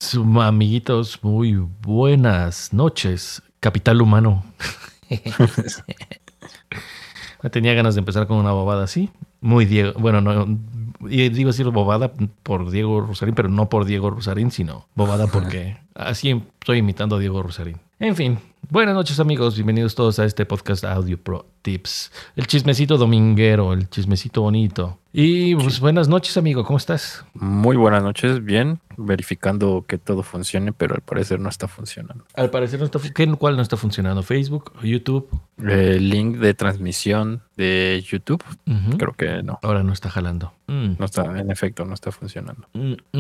Amiguitos, muy buenas noches, capital humano. Tenía ganas de empezar con una bobada así. Muy Diego. Bueno, no. Digo decir bobada por Diego Rosarín, pero no por Diego Rosarín, sino bobada porque así estoy imitando a Diego Rosarín. En fin, buenas noches amigos, bienvenidos todos a este podcast Audio Pro Tips. El chismecito dominguero, el chismecito bonito. Y pues buenas noches amigo, ¿cómo estás? Muy buenas noches, bien, verificando que todo funcione, pero al parecer no está funcionando. Al parecer no está, ¿cuál no está funcionando? ¿Facebook? ¿YouTube? El link de transmisión de YouTube, creo que no. Ahora no está jalando. No está, en efecto, no está funcionando.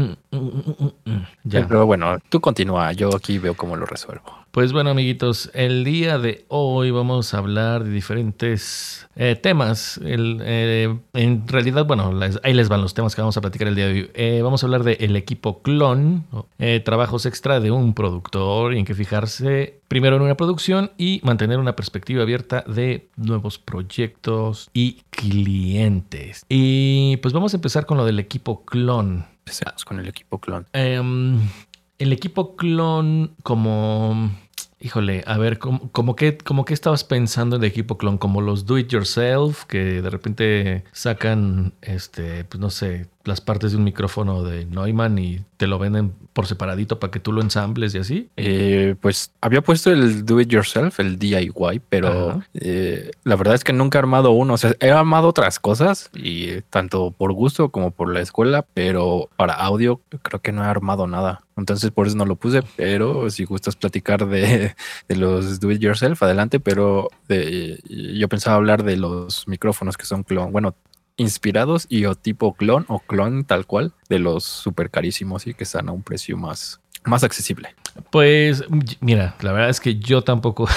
Ya. Pero bueno, tú continúa, yo aquí veo cómo lo resuelvo. Pues bueno, amiguitos, el día de hoy vamos a hablar de diferentes temas. En realidad, bueno, ahí les van los temas que vamos a platicar el día de hoy. Vamos a hablar del equipo clon, trabajos extra de un productor y en que fijarse primero en una producción y mantener una perspectiva abierta de nuevos proyectos y clientes. Y pues vamos a empezar con lo del equipo clon. Empecemos con el equipo clon. El equipo clon como... Híjole, a ver, ¿cómo que estabas pensando en el equipo clon? Como los do it yourself que de repente sacan, pues no sé, las partes de un micrófono de Neumann y te lo venden por separadito para que tú lo ensambles y así. Pues había puesto el do it yourself, el DIY, pero la verdad es que nunca he armado uno. O sea, he armado otras cosas y tanto por gusto como por la escuela, pero para audio creo que no he armado nada. Entonces por eso no lo puse, pero si gustas platicar de los do it yourself, adelante, pero yo pensaba hablar de los micrófonos que son clon, bueno, inspirados y o tipo clon o clon tal cual de los súper carísimos y que están a un precio más accesible. Pues mira, la verdad es que yo tampoco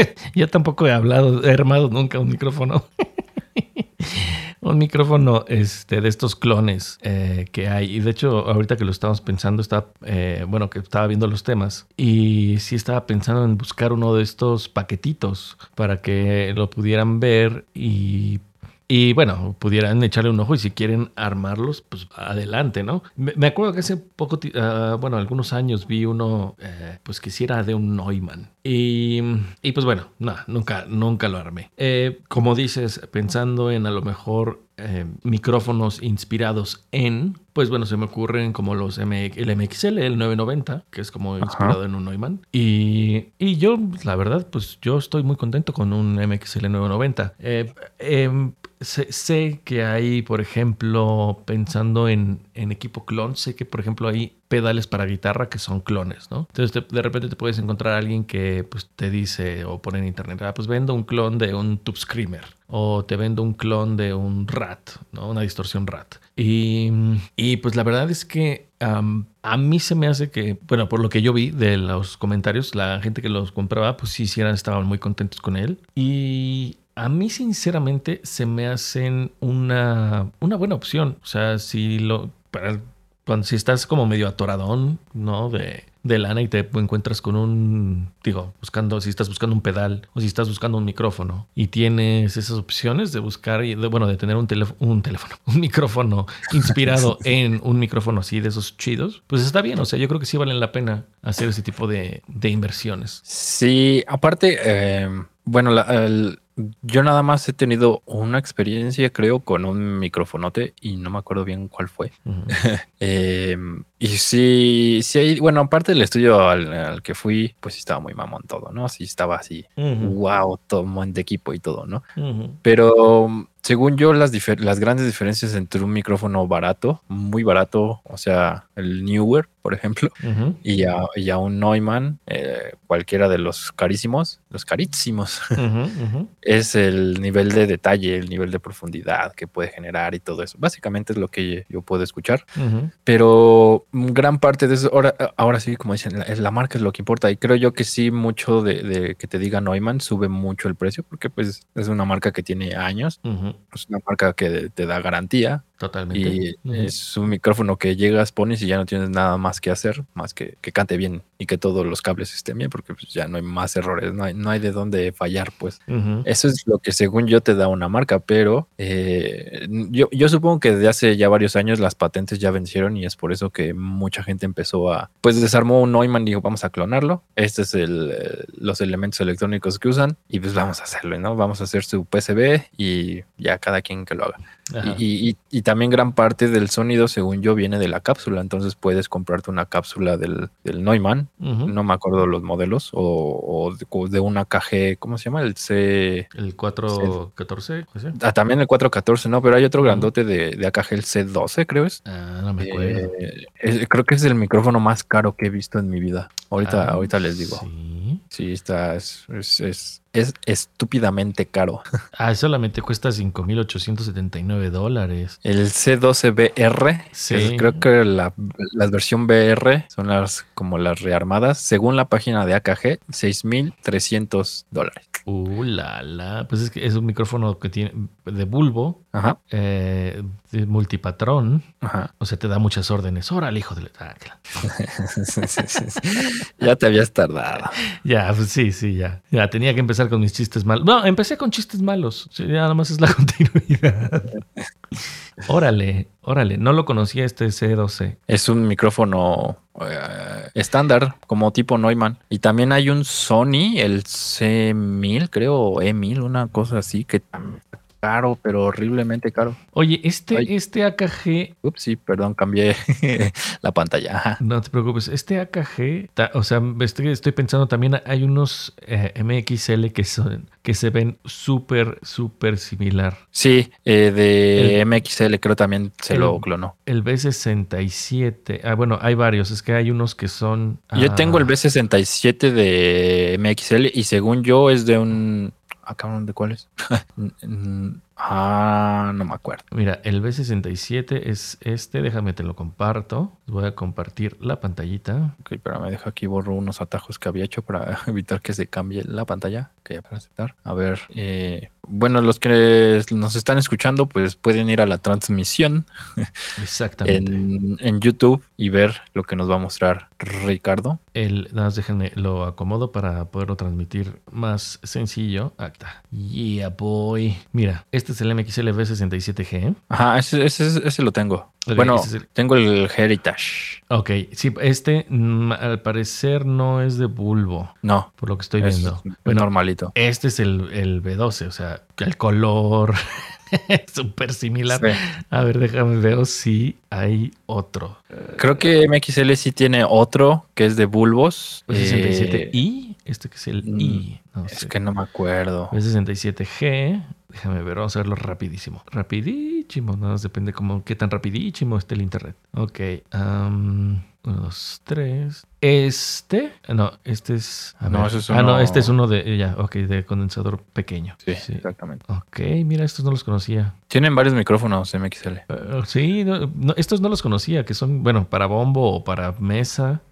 he armado nunca un micrófono. Un micrófono de estos clones que hay. Y de hecho, ahorita que lo estamos pensando, que estaba viendo los temas y sí estaba pensando en buscar uno de estos paquetitos para que lo pudieran ver y bueno, pudieran echarle un ojo y si quieren armarlos, pues adelante, ¿no? Me acuerdo que hace poco, algunos años vi uno, pues que sí era de un Neumann. Y pues bueno, nunca lo armé. Como dices, pensando en a lo mejor micrófonos inspirados en, pues bueno, se me ocurren como el MXL, el 990, que es como inspirado en un Neumann. Y yo, la verdad, pues yo estoy muy contento con un MXL 990. Sé que hay, por ejemplo, pensando en equipo clon, sé que, por ejemplo, hay pedales para guitarra que son clones, ¿no? Entonces, de repente te puedes encontrar a alguien que pues, te dice o pone en internet, pues vendo un clon de un Tube Screamer o te vendo un clon de un Rat, ¿no? Una distorsión Rat. Y pues la verdad es que a mí se me hace que, bueno, por lo que yo vi de los comentarios, la gente que los compraba, pues sí, estaban muy contentos con él. Y a mí, sinceramente, se me hacen una buena opción. O sea, si estás como medio atoradón, ¿no? De lana y te encuentras con si estás buscando un pedal o si estás buscando un micrófono y tienes esas opciones de buscar y de tener un micrófono inspirado en un micrófono así de esos chidos, pues está bien. O sea, yo creo que sí valen la pena hacer ese tipo de inversiones. Sí, aparte, yo nada más he tenido una experiencia, creo, con un microfonote y no me acuerdo bien cuál fue. Y sí hay, bueno, aparte del estudio al que fui, pues estaba muy mamón todo, ¿no? Sí estaba así, wow, todo un buen de equipo y todo, ¿no? Pero según yo, las grandes diferencias entre un micrófono barato, muy barato, o sea, el Neewer, por ejemplo, y a un Neumann, cualquiera de los carísimos, es el nivel de detalle, el nivel de profundidad que puede generar y todo eso. Básicamente es lo que yo puedo escuchar, pero gran parte de eso, ahora sí, como dicen, la marca es lo que importa y creo yo que sí, mucho de que te diga Neumann sube mucho el precio porque pues es una marca que tiene años. Es una marca que te da garantía Totalmente. Y es un micrófono que llegas, pones y ya no tienes nada más que hacer, más que cante bien y que todos los cables estén bien, porque pues, ya no hay más errores, no hay de dónde fallar, pues. Eso es lo que según yo te da una marca, pero yo supongo que desde hace ya varios años las patentes ya vencieron y es por eso que mucha gente empezó pues desarmó un Neumann y dijo, vamos a clonarlo, este es los elementos electrónicos que usan y pues vamos a hacerlo, ¿no? Vamos a hacer su PCB y ya cada quien que lo haga. Y también gran parte del sonido, según yo, viene de la cápsula. Entonces puedes comprarte una cápsula del Neumann. No me acuerdo los modelos. O de una AKG, ¿cómo se llama? El 414. También el 414, no, pero hay otro grandote de AKG, el C12, creo es. No me acuerdo. Creo que es el micrófono más caro que he visto en mi vida. Ahorita les digo. Sí, es estúpidamente caro. Solamente cuesta $5,879. El C12BR, sí. Creo que la versión BR son como las rearmadas. Según la página de AKG, $6,300. Pues es que es un micrófono que tiene de bulbo, de multipatrón. O sea, te da muchas órdenes. Órale, hijo de la... Ya te habías tardado. Ya, pues sí, ya. Ya tenía que empezar con mis chistes malos. No, empecé con chistes malos. Ya nada más es la continuidad. Órale. No lo conocía este C12. Es un micrófono estándar, como tipo Neumann. Y también hay un Sony, el C1000, creo, o E1000, una cosa así, que también caro, pero horriblemente caro. Oye, este AKG... Ups, sí, perdón, cambié la pantalla. Ajá. No te preocupes. Este AKG, o sea, estoy pensando también, hay unos MXL que se ven súper similar. Sí, de MXL creo también se lo clonó. El B67. Bueno, hay varios. Es que hay unos que son... Yo tengo el B67 de MXL y según yo es de un... ¿De cuál es? No me acuerdo. Mira, el B67 es este. Déjame, te lo comparto. Voy a compartir la pantallita. Ok, pero me deja aquí, borro unos atajos que había hecho para evitar que se cambie la pantalla. Ok, para aceptar. A ver, bueno, los que nos están escuchando, pues pueden ir a la transmisión. Exactamente. en YouTube y ver lo que nos va a mostrar Ricardo. Nada más déjenme, lo acomodo para poderlo transmitir más sencillo. Ahí está. Yeah, boy. Mira, este es el MXL B67G. Ajá, ese lo tengo. Okay, bueno, tengo el Heritage. Ok, sí, al parecer no es de bulbo. No. Por lo que estoy viendo. Bueno, normalito. Este es el B12, o sea, el color es súper similar. Sí. A ver, déjame ver si hay otro. Creo que MXL sí tiene otro que es de bulbos. ¿67i? Este que es el I. No sé. Que no me acuerdo. B67G. Déjame ver, vamos a verlo rapidísimo. Rapidísimo, nada más depende qué tan rapidísimo esté el internet. Ok. 1, 2, 3. No, este es... este es uno de condensador pequeño. Sí, exactamente. Ok, mira, estos no los conocía. Tienen varios micrófonos MXL. Sí, estos no los conocía, que son, bueno, para bombo o para mesa.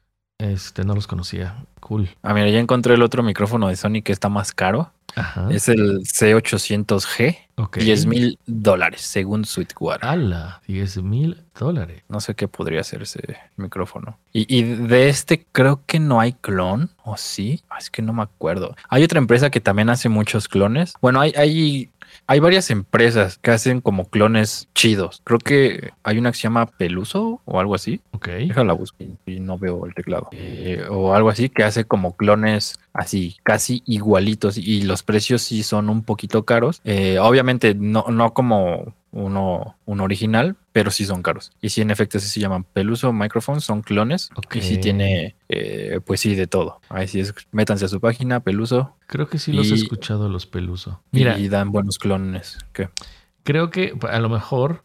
No los conocía. Cool. Mira, ya encontré el otro micrófono de Sony que está más caro. Ajá. Es el C800G. Okay. $10,000 según Sweetwater. ¡Hala! $10,000. No sé qué podría ser ese micrófono. Y de este creo que no hay clon, ¿o sí? Es que no me acuerdo. Hay otra empresa que también hace muchos clones. Bueno, hay varias empresas que hacen como clones chidos. Creo que hay una que se llama Peluso o algo así. Ok. Déjala buscar y no veo el teclado. O algo así que hace como clones así, casi igualitos y los precios sí son un poquito caros. Obviamente no como un original, pero sí son caros. Y sí, en efecto, sí se llaman Peluso Microphones, son clones. Okay. Y sí tiene, pues sí, de todo. Ahí sí métanse a su página, Peluso. Creo que sí los he escuchado, los Peluso. Mira, y dan buenos clones. ¿Qué? Creo que a lo mejor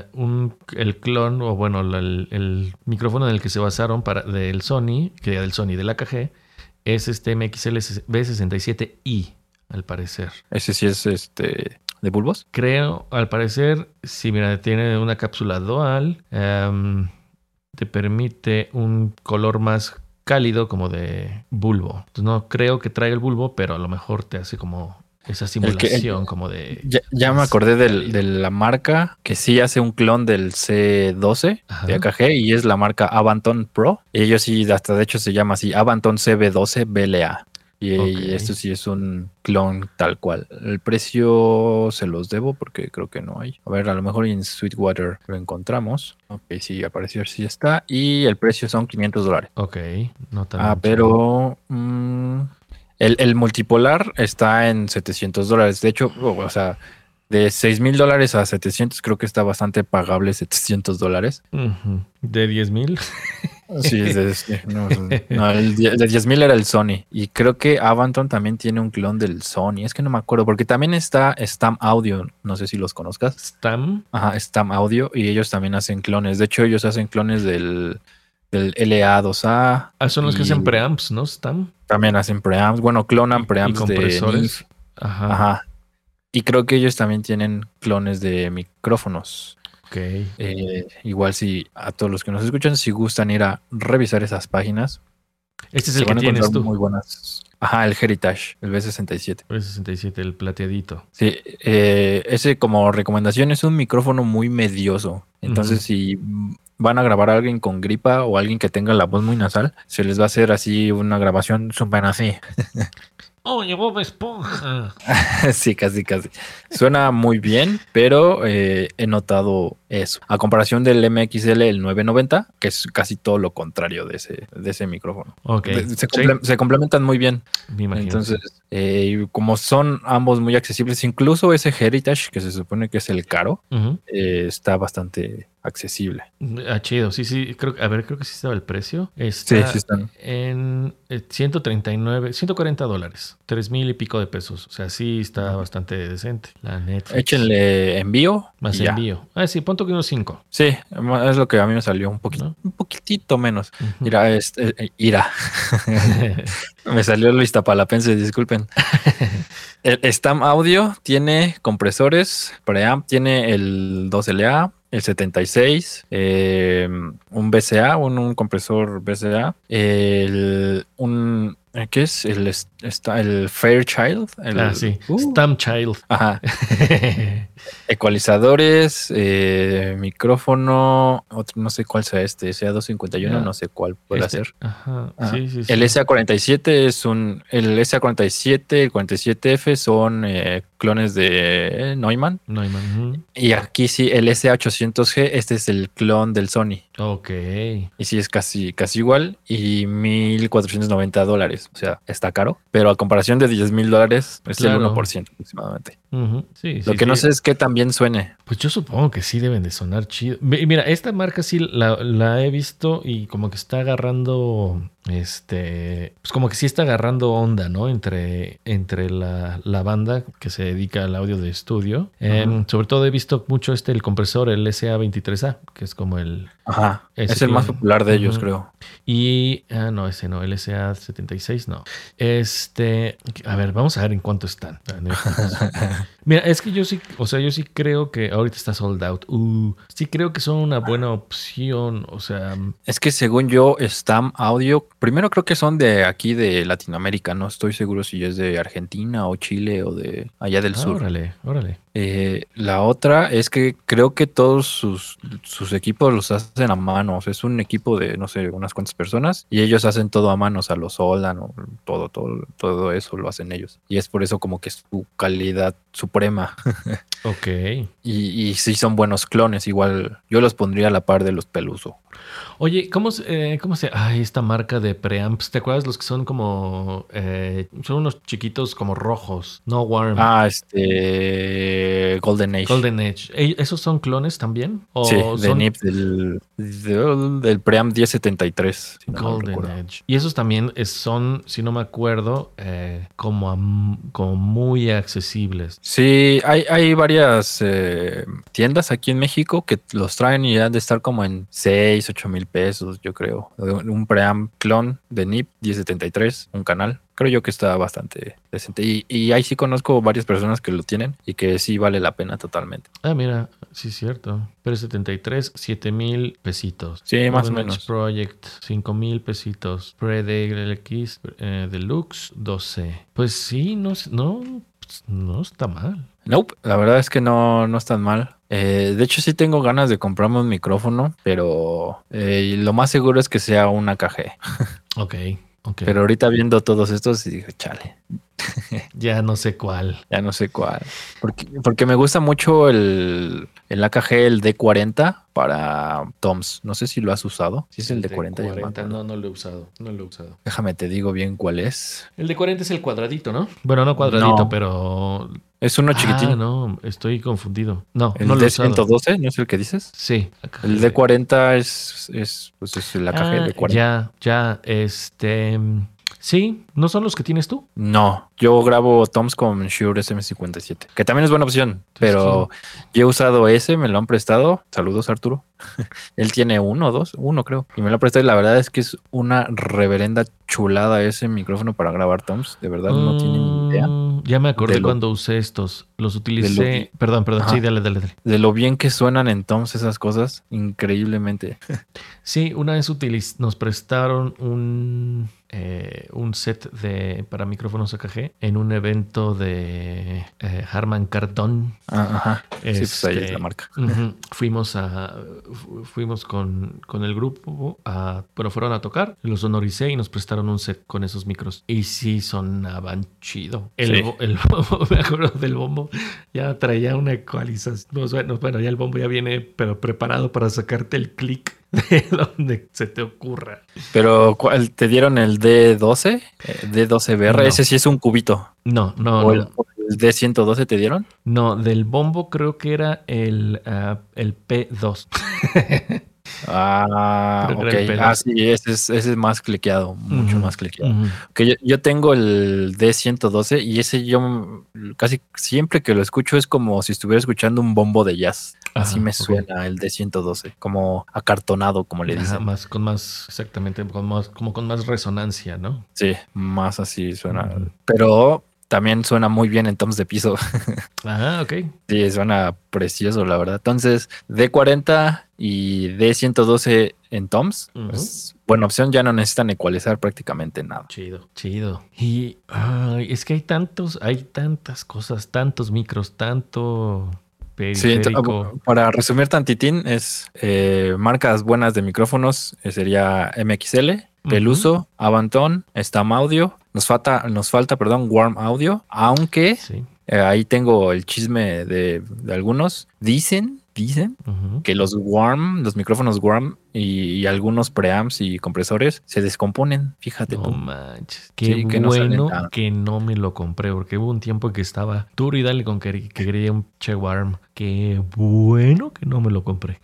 el clon, o bueno, el micrófono en el que se basaron del Sony, del AKG, es este MXL B67i, al parecer. Ese sí es ¿de bulbos? Creo, al parecer, sí, mira, tiene una cápsula dual. Te permite un color más cálido como de bulbo. Entonces no creo que traiga el bulbo, pero a lo mejor te hace como esa simulación como de... Ya me acordé de la marca que sí hace un clon del C12 de AKG y es la marca Avanton Pro. Y ellos sí, hasta de hecho se llama así, Avanton CB12 BLA. Y esto sí es un clon tal cual. El precio se los debo porque creo que no hay. A ver, a lo mejor en Sweetwater lo encontramos. Ok, sí, apareció, sí está. Y el precio son $500. Ok, no tan pero el multipolar está en $700. De hecho, o sea, de $6,000 a 700 creo que está bastante pagable $700. ¿De 10,000? Sí, no, el de 10,000 era el Sony. Y creo que Avanton también tiene un clon del Sony. Es que no me acuerdo, porque también está Stam Audio. No sé si los conozcas. ¿Stam? Ajá, Stam Audio. Y ellos también hacen clones. De hecho, ellos hacen clones del LA2A. Son los que hacen preamps, ¿no? ¿Stam? También hacen preamps. Bueno, clonan preamps y compresores. de NIF. Ajá. Y creo que ellos también tienen clones de micrófonos. Ok. Igual si a todos los que nos escuchan, si gustan ir a revisar esas páginas. Este es el que tienes tú. Muy buenas. Ajá, el Heritage, el B67. B67, el plateadito. Sí, ese como recomendación es un micrófono muy medioso. Entonces, si van a grabar a alguien con gripa o alguien que tenga la voz muy nasal, se les va a hacer así una grabación súper así. Oye, Bob Esponja. Sí, casi. Suena muy bien, pero he notado eso. A comparación del MXL, el 990, que es casi todo lo contrario de ese micrófono. Okay. Se complementan muy bien. Me imagino. Entonces, como son ambos muy accesibles, incluso ese Heritage, que se supone que es el caro, está bastante accesible. Chido, sí, creo que sí estaba el precio. Sí están. En $140, 3,000 y pico de pesos. O sea, sí está bastante decente. La Netflix. Échenle envío. Más envío. Sí, punto que unos 5. Sí, es lo que a mí me salió un poquitito menos. Ira. Me salió el Iztapalapense, disculpen. El Stam Audio tiene compresores, preamp tiene el 2LA, el 76, un BCA, un compresor BCA, ¿qué es? El Fairchild. Sí, Stam Child. Ajá. Ecualizadores, micrófono, otro, no sé cuál sea sea 251, no sé cuál puede ser. Ajá. Sí. El SA47 el SA47, el 47F son clones de Neumann. Y aquí sí, el SA800G, este es el clon del Sony. Ok. Y sí, es casi igual. Y $1,490. O sea, está caro. Pero a comparación de $10,000, es el 1% aproximadamente. Lo que no sé es que también suene. Pues yo supongo que sí deben de sonar chido. Mira, esta marca sí la he visto y como que está agarrando, pues como que sí está agarrando onda, ¿no? Entre la banda que se dedica al audio de estudio. Sobre todo he visto mucho el compresor, el SA23A, que es como el... Ajá, es el más popular de ellos, creo. Y, no, ese no, el SA76 no. A ver, vamos a ver en cuánto están. Mira, es que yo sí creo que ahorita está sold out. Sí creo que son una buena opción, o sea... Es que según yo, Stam Audio, primero creo que son de aquí de Latinoamérica, no estoy seguro si es de Argentina o Chile o de allá del sur. Órale. La otra es que creo que todos sus equipos los hacen a mano. O sea, es un equipo de, no sé, unas cuantas personas y ellos hacen todo a mano, o sea, lo soldan, o todo eso lo hacen ellos. Y es por eso como que es su calidad suprema. Ok. Y sí son buenos clones, igual yo los pondría a la par de los Peluso. Oye, ¿cómo se esta marca de preamps? ¿Te acuerdas los que son como son unos chiquitos como rojos, no warm? Golden Age. Golden Age. ¿Esos son clones también? Sí, de NIP del preamp 1073. Si no Golden Age. Y esos también son, si no me acuerdo, como muy accesibles. Sí, hay varias tiendas aquí en México que los traen y han de estar como en 6,000-8,000 pesos, yo creo. Un preamp clon de NIP 1073, un canal. Creo yo que está bastante decente. Y ahí sí conozco varias personas que lo tienen y que sí vale la pena totalmente. Mira, sí es cierto. Pero 73, 7,000 pesitos. Sí, más o menos. Project, 5,000 pesitos. PreDLX Deluxe, 12. Pues sí, no, pues, no está mal. Nope, la verdad es que no es tan mal. De hecho, sí tengo ganas de comprarme un micrófono, pero lo más seguro es que sea un AKG. Ok. Pero ahorita viendo todos estos, dije, chale. Ya no sé cuál. Ya no sé cuál. Porque me gusta mucho el AKG, el D40 para toms. No sé si lo has usado. Si es el D40. No lo he usado. Déjame te digo bien cuál es. El D40 es el cuadradito, ¿no? Bueno, no cuadradito, No. pero... Es uno chiquitín. No, estoy confundido. No, el no lo he usado. D112, ¿no es el que dices? Sí. El D40 es el AKG D40. Ya, sí, ¿no son los que tienes tú? No, yo grabo toms con Shure SM57, que también es buena opción, pero yo he usado ese, me lo han prestado. Saludos, Arturo. Él tiene uno creo, y me lo ha prestado y la verdad es que es una reverenda chulada ese micrófono para grabar toms. De verdad no tienen ni idea. Ya me acordé cuando usé estos. Los utilicé. Perdón. Ajá. Sí, dale. De lo bien que suenan en toms esas cosas, increíblemente. Sí, una vez nos prestaron un set para micrófonos AKG en un evento de Harman Kardon. Ajá. Sí, pues ahí es la marca. Fuimos con el grupo, pero fueron a tocar, los sonoricé y nos prestaron un set con esos micros. Y sí, sonaban chido. El bombo, me acuerdo del bombo, ya traía una ecualización. Bueno, ya el bombo ya viene, pero preparado para sacarte el clic de donde se te ocurra. Pero ¿cuál te dieron? ¿El D12? ¿D12BR? No. Ese sí es un cubito. No. ¿El D112 te dieron? No, del bombo creo que era el P2. Ok. Sí, ese es más cliqueado, mucho más cliqueado. Que yo tengo el D112 y ese yo casi siempre que lo escucho es como si estuviera escuchando un bombo de jazz. Así me suena el D112, como acartonado, como le dicen. Exactamente, como con más resonancia, ¿no? Sí, más así suena. Pero también suena muy bien en toms de piso. Ok. Sí, suena precioso, la verdad. Entonces, D40 y D112 en toms, pues, buena opción. Ya no necesitan ecualizar prácticamente nada. Chido. Y es que hay tantas cosas, tantos micros, tanto periférico. Sí, para resumir tantitín, es marcas buenas de micrófonos. Sería MXL, Peluso, Avanton, Stam Audio. Nos falta, Warm Audio, aunque ahí tengo el chisme de algunos. Dicen que los micrófonos Warm y algunos preamps y compresores se descomponen. Fíjate tú. No manches. Qué bueno que no me lo compré, porque hubo un tiempo que estaba duro y dale con que quería un Che Warm. Qué bueno que no me lo compré.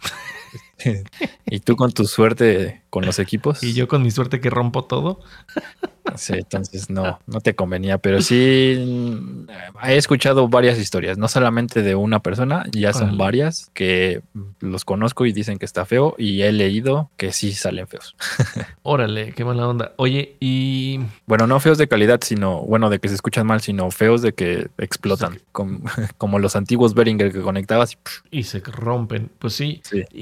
Y tú con tu suerte con los equipos. Y yo con mi suerte que rompo todo. Sí, entonces no te convenía, pero sí he escuchado varias historias, no solamente de una persona, ya son varias que los conozco y dicen que está feo y he leído que sí salen feos. Órale, qué mala onda. Oye, y... Bueno, no feos de calidad, sino, de que se escuchan mal, sino feos de que explotan, como los antiguos Behringer que conectabas y se rompen. Pues sí.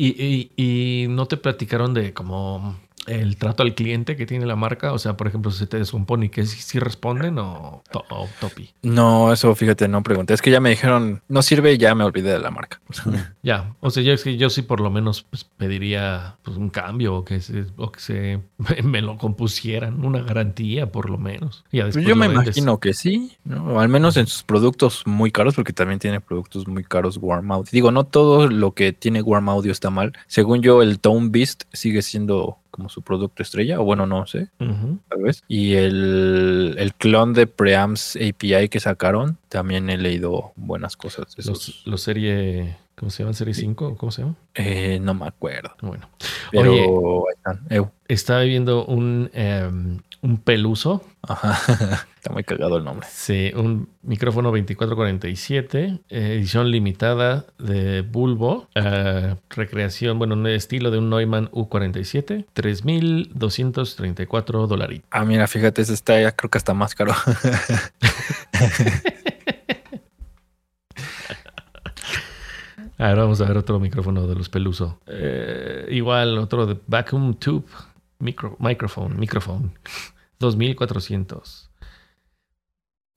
Y no te platicaron de como el trato al cliente que tiene la marca. O sea, por ejemplo, si se te descompone, ¿que si responden o topi? No, eso fíjate, no pregunté. Es que ya me dijeron, no sirve y ya me olvidé de la marca. Ya, o sea, yo sí por lo menos pediría un cambio o que me lo compusieran, una garantía por lo menos. Y ya después yo me imagino que sí, ¿no? Al menos en sus productos muy caros, porque también tiene productos muy caros Warm Audio. Digo, no todo lo que tiene Warm Audio está mal. Según yo, el Tone Beast sigue siendo como su producto estrella, o bueno, no sé, tal vez. Y el clon de preamps API que sacaron, también he leído buenas cosas. Los serie, ¿cómo se llaman? ¿Serie 5? ¿Cómo se llama? No me acuerdo. Bueno. Pero oye, ahí están. Estaba viendo un Peluso. Ajá. Está muy cagado el nombre. Sí, un micrófono 2447, edición limitada de bulbo, recreación, un estilo de un Neumann U47, $3,234. Mira, fíjate, ese está ya creo que está más caro. Ahora vamos a ver otro micrófono de los Peluso. Igual otro de Vacuum Tube Microphone, $2,400.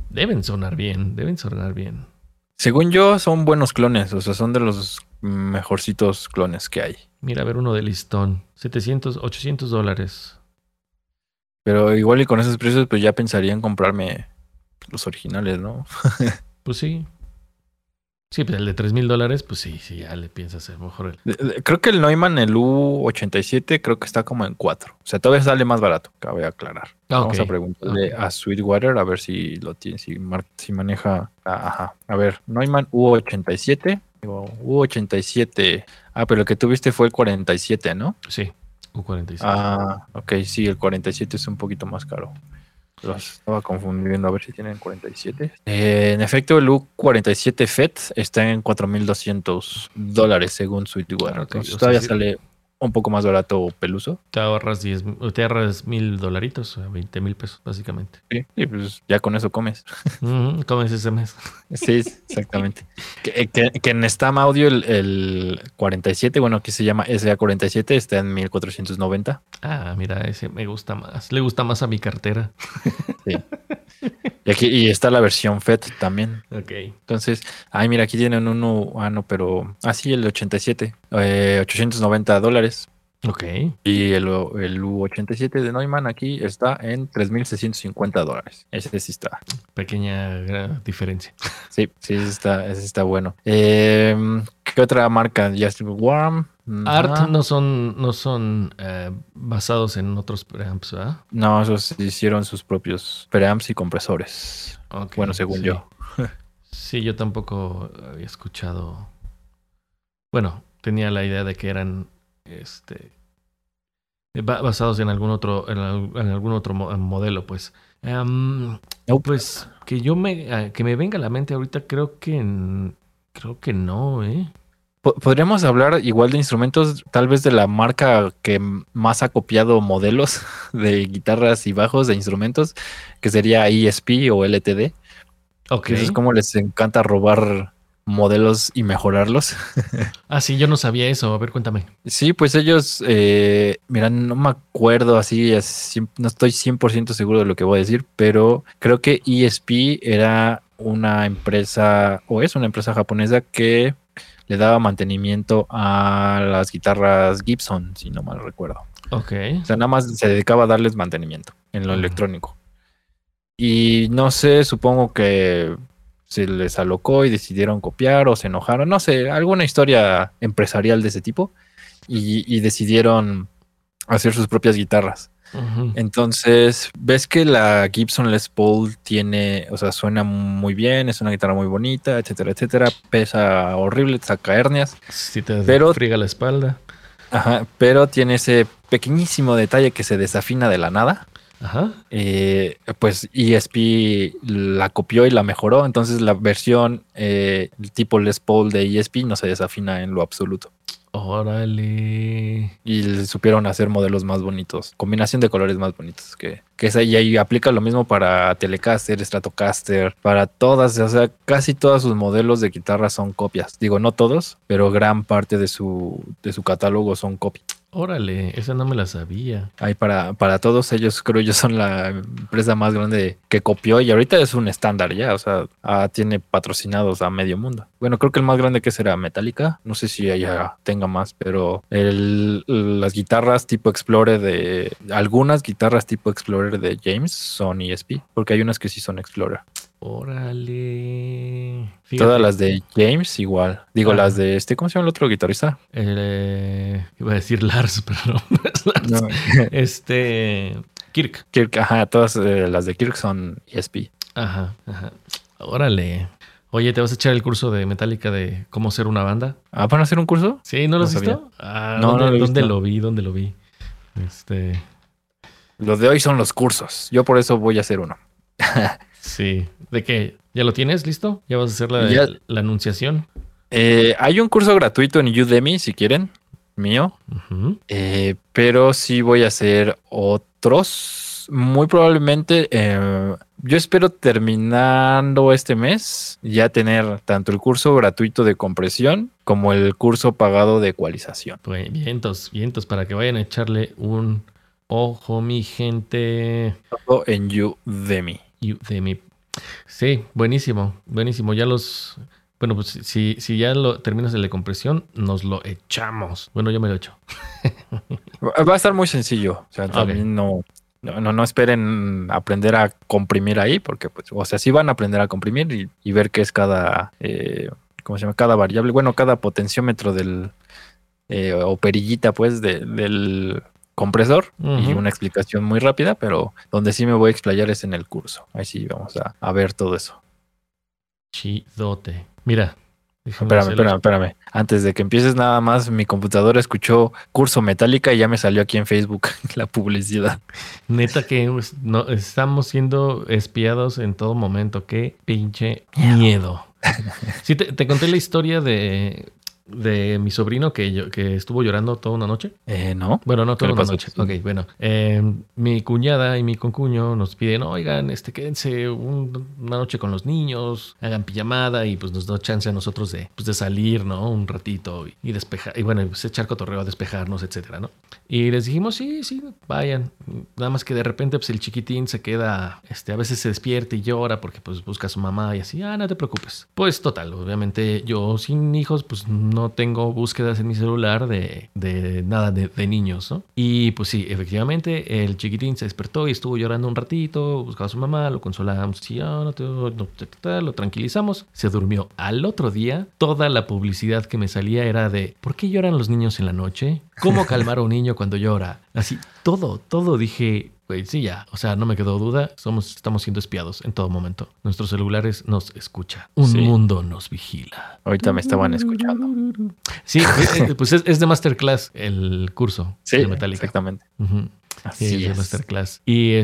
Deben sonar bien, deben sonar bien. Según yo, son buenos clones, o sea, son de los mejorcitos clones que hay. Mira, a ver uno de listón. 700, $800. Pero igual y con esos precios, pues ya pensaría en comprarme los originales, ¿no? Pues sí. Sí, pues el de $3,000, pues sí, sí, ya le piensas a lo mejor. Creo que el Neumann, el U87, creo que está como en 4. O sea, todavía sale más barato, cabe aclarar. Vamos a preguntarle a Sweetwater a ver si lo tiene, si maneja. Ajá. A ver, Neumann U87. Digo, U87. Ah, pero el que tuviste fue el 47, ¿no? Sí, U47. Ah, ok, sí, el 47 es un poquito más caro. Los estaba confundiendo a ver si tienen 47. En efecto, el U47 FET está en $4,200 según Sweetwater. Entonces todavía sale un poco más barato Peluso. Te ahorras $1,000, o sea, 20,000 pesos, básicamente. Sí, y pues ya con eso comes. Comes ese mes. Sí, exactamente. Que en Stam Audio el 47, bueno, aquí se llama SA47, está en 1,490. Ah, mira, ese me gusta más. Le gusta más a mi cartera. Sí. Y está la versión FET también. Ok. Entonces, ay, mira, aquí tienen uno. Ah, no, pero. Ah, sí, el 87. $890. Ok. Y el U87 de Neumann aquí está en $3,650. Ese sí está. Pequeña diferencia. Sí, sí, ese está bueno. ¿Qué otra marca? Just Warm. ART no son basados en otros preamps, ¿verdad? No, esos hicieron sus propios preamps y compresores. Okay, bueno, según yo. Sí, yo tampoco había escuchado. Bueno, tenía la idea de que eran basados en algún otro, en algún otro modelo, pues. Pues que me venga a la mente ahorita, creo que no, ¿eh? Podríamos hablar igual de instrumentos, tal vez de la marca que más ha copiado modelos de guitarras y bajos de instrumentos, que sería ESP o LTD. Ok. Eso es como les encanta robar modelos y mejorarlos. Ah, sí, yo no sabía eso. A ver, cuéntame. Sí, pues ellos, mira, no me acuerdo así, no estoy 100% seguro de lo que voy a decir, pero creo que ESP era una empresa, o es una empresa japonesa que le daba mantenimiento a las guitarras Gibson, si no mal recuerdo. Ok. O sea, nada más se dedicaba a darles mantenimiento en lo electrónico. Y no sé, supongo que se les alocó y decidieron copiar o se enojaron, no sé, alguna historia empresarial de ese tipo y decidieron hacer sus propias guitarras. Entonces, ves que la Gibson Les Paul tiene, o sea, suena muy bien, es una guitarra muy bonita, etcétera, etcétera, pesa horrible, te saca hernias. Sí, te pero friega la espalda. Ajá, pero tiene ese pequeñísimo detalle que se desafina de la nada. Ajá. Pues ESP la copió y la mejoró, entonces la versión tipo Les Paul de ESP no se desafina en lo absoluto. Órale. Y supieron hacer modelos más bonitos, combinación de colores más bonitos que esa, y ahí aplica lo mismo para Telecaster, Stratocaster, para todas, o sea, casi todos sus modelos de guitarra son copias. Digo, no todos, pero gran parte de su catálogo son copias. Órale, esa no me la sabía. Ahí para todos ellos, creo yo, son la empresa más grande que copió y ahorita es un estándar ya, o sea, tiene patrocinados a medio mundo. Bueno, creo que el más grande que será Metallica, no sé si ella tenga más, pero las guitarras tipo Explorer algunas guitarras tipo Explorer de James son ESP, porque hay unas que sí son Explorer. Órale. Fíjate. Todas las de James igual. Digo, las de ¿cómo se llama el otro guitarrista? Iba a decir Lars, pero no es Lars. No. Kirk. Kirk, ajá, todas las de Kirk son ESP. Ajá. Órale. Oye, ¿te vas a echar el curso de Metallica de cómo ser una banda? ¿Van a hacer un curso? Sí, ¿no lo has visto? ¿Dónde lo vi? Los de hoy son los cursos. Yo por eso voy a hacer uno. Sí. ¿De qué? ¿Ya lo tienes listo? ¿Ya vas a hacer la anunciación? Hay un curso gratuito en Udemy, si quieren, mío. Pero sí voy a hacer otros. Muy probablemente, yo espero terminando este mes ya tener tanto el curso gratuito de compresión como el curso pagado de ecualización. Pues vientos, para que vayan a echarle un ojo, mi gente. Todo en Udemy. Sí, buenísimo, buenísimo. Bueno, pues si ya lo terminas el de compresión, nos lo echamos. Bueno, yo me lo echo. Va a estar muy sencillo. O sea, Ok. también no esperen aprender a comprimir ahí, porque, pues, o sea, sí van a aprender a comprimir y ver qué es cada, ¿cómo se llama? Cada variable. Bueno, cada potenciómetro o perillita, pues, del compresor y Ujú. una explicación muy rápida, pero donde sí me voy a explayar es en el curso. Ahí sí vamos a ver todo eso. Chidote. Mira, déjame Espérame, hacerlo. espérame, espérame. Antes de que empieces nada más, mi computadora escuchó curso Metallica y ya me salió aquí en Facebook la publicidad. Neta que no, estamos siendo espiados en todo momento. Qué pinche miedo. Sí, te conté la historia de mi sobrino que estuvo llorando toda una noche. ¿No? Bueno, no ¿Qué toda le una pasó? noche. Ok, bueno. Mi cuñada y mi concuño nos piden, oigan, quédense una noche con los niños, hagan pijamada y pues nos da chance a nosotros de salir, ¿no? Un ratito y despejar, y bueno, pues echar cotorreo a despejarnos, etcétera, ¿no? Y les dijimos, sí, sí, vayan. Nada más que de repente, pues el chiquitín se queda, a veces se despierta y llora porque pues busca a su mamá y así, no te preocupes. Pues total, obviamente yo sin hijos, pues no tengo búsquedas en mi celular de nada de niños, ¿no? Y pues sí, efectivamente, el chiquitín se despertó y estuvo llorando un ratito, buscaba a su mamá, lo consolamos, y lo tranquilizamos, se durmió. Al otro día, toda la publicidad que me salía era de ¿por qué lloran los niños en la noche? ¿Cómo calmar a un niño cuando llora? Así, todo dije, güey, sí, ya, o sea, no me quedó duda, estamos siendo espiados en todo momento. Nuestros celulares nos escuchan, un Sí, mundo nos vigila. ahorita me estaban escuchando. Sí, pues es de Masterclass el curso Sí, de Metallica. exactamente. Ujú. Sí, es Así de es. Masterclass.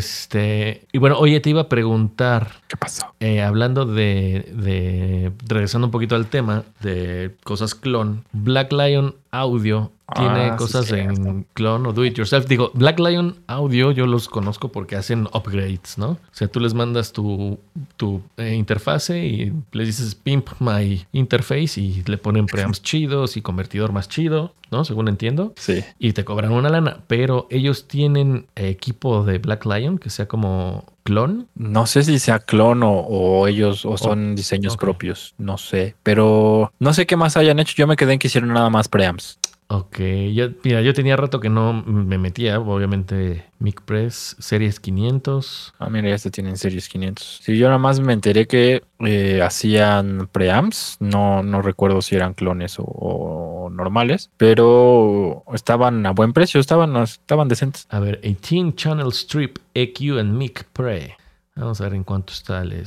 Y bueno, oye, te iba a preguntar, ¿Qué pasó? hablando regresando un poquito al tema de cosas clon, Black Lion Audio tiene Sí, cosas cierto. en clon o do it yourself. Digo, Black Lion Audio yo los conozco porque hacen upgrades, ¿no? O sea, tú les mandas tu interfase y les dices pimp my interface y le ponen preamps chidos y convertidor más chido, ¿no? Según entiendo. Sí. Y te cobran una lana, pero ellos tienen equipo de Black Lion que sea como clon. No sé si sea clon o ellos o O, son diseños ok, propios, no sé, pero no sé qué más hayan hecho. Yo me quedé en que hicieron nada más preamps. ok. Mira, yo tenía rato que no me metía, obviamente, MicPress Series 500. Mira, ya se tienen Series 500. Sí, yo nada más me enteré que hacían preamps, no recuerdo si eran clones o normales, pero estaban a buen precio, estaban decentes. A ver, 18 Channel Strip EQ and Mic Pre. Vamos a ver en cuánto está el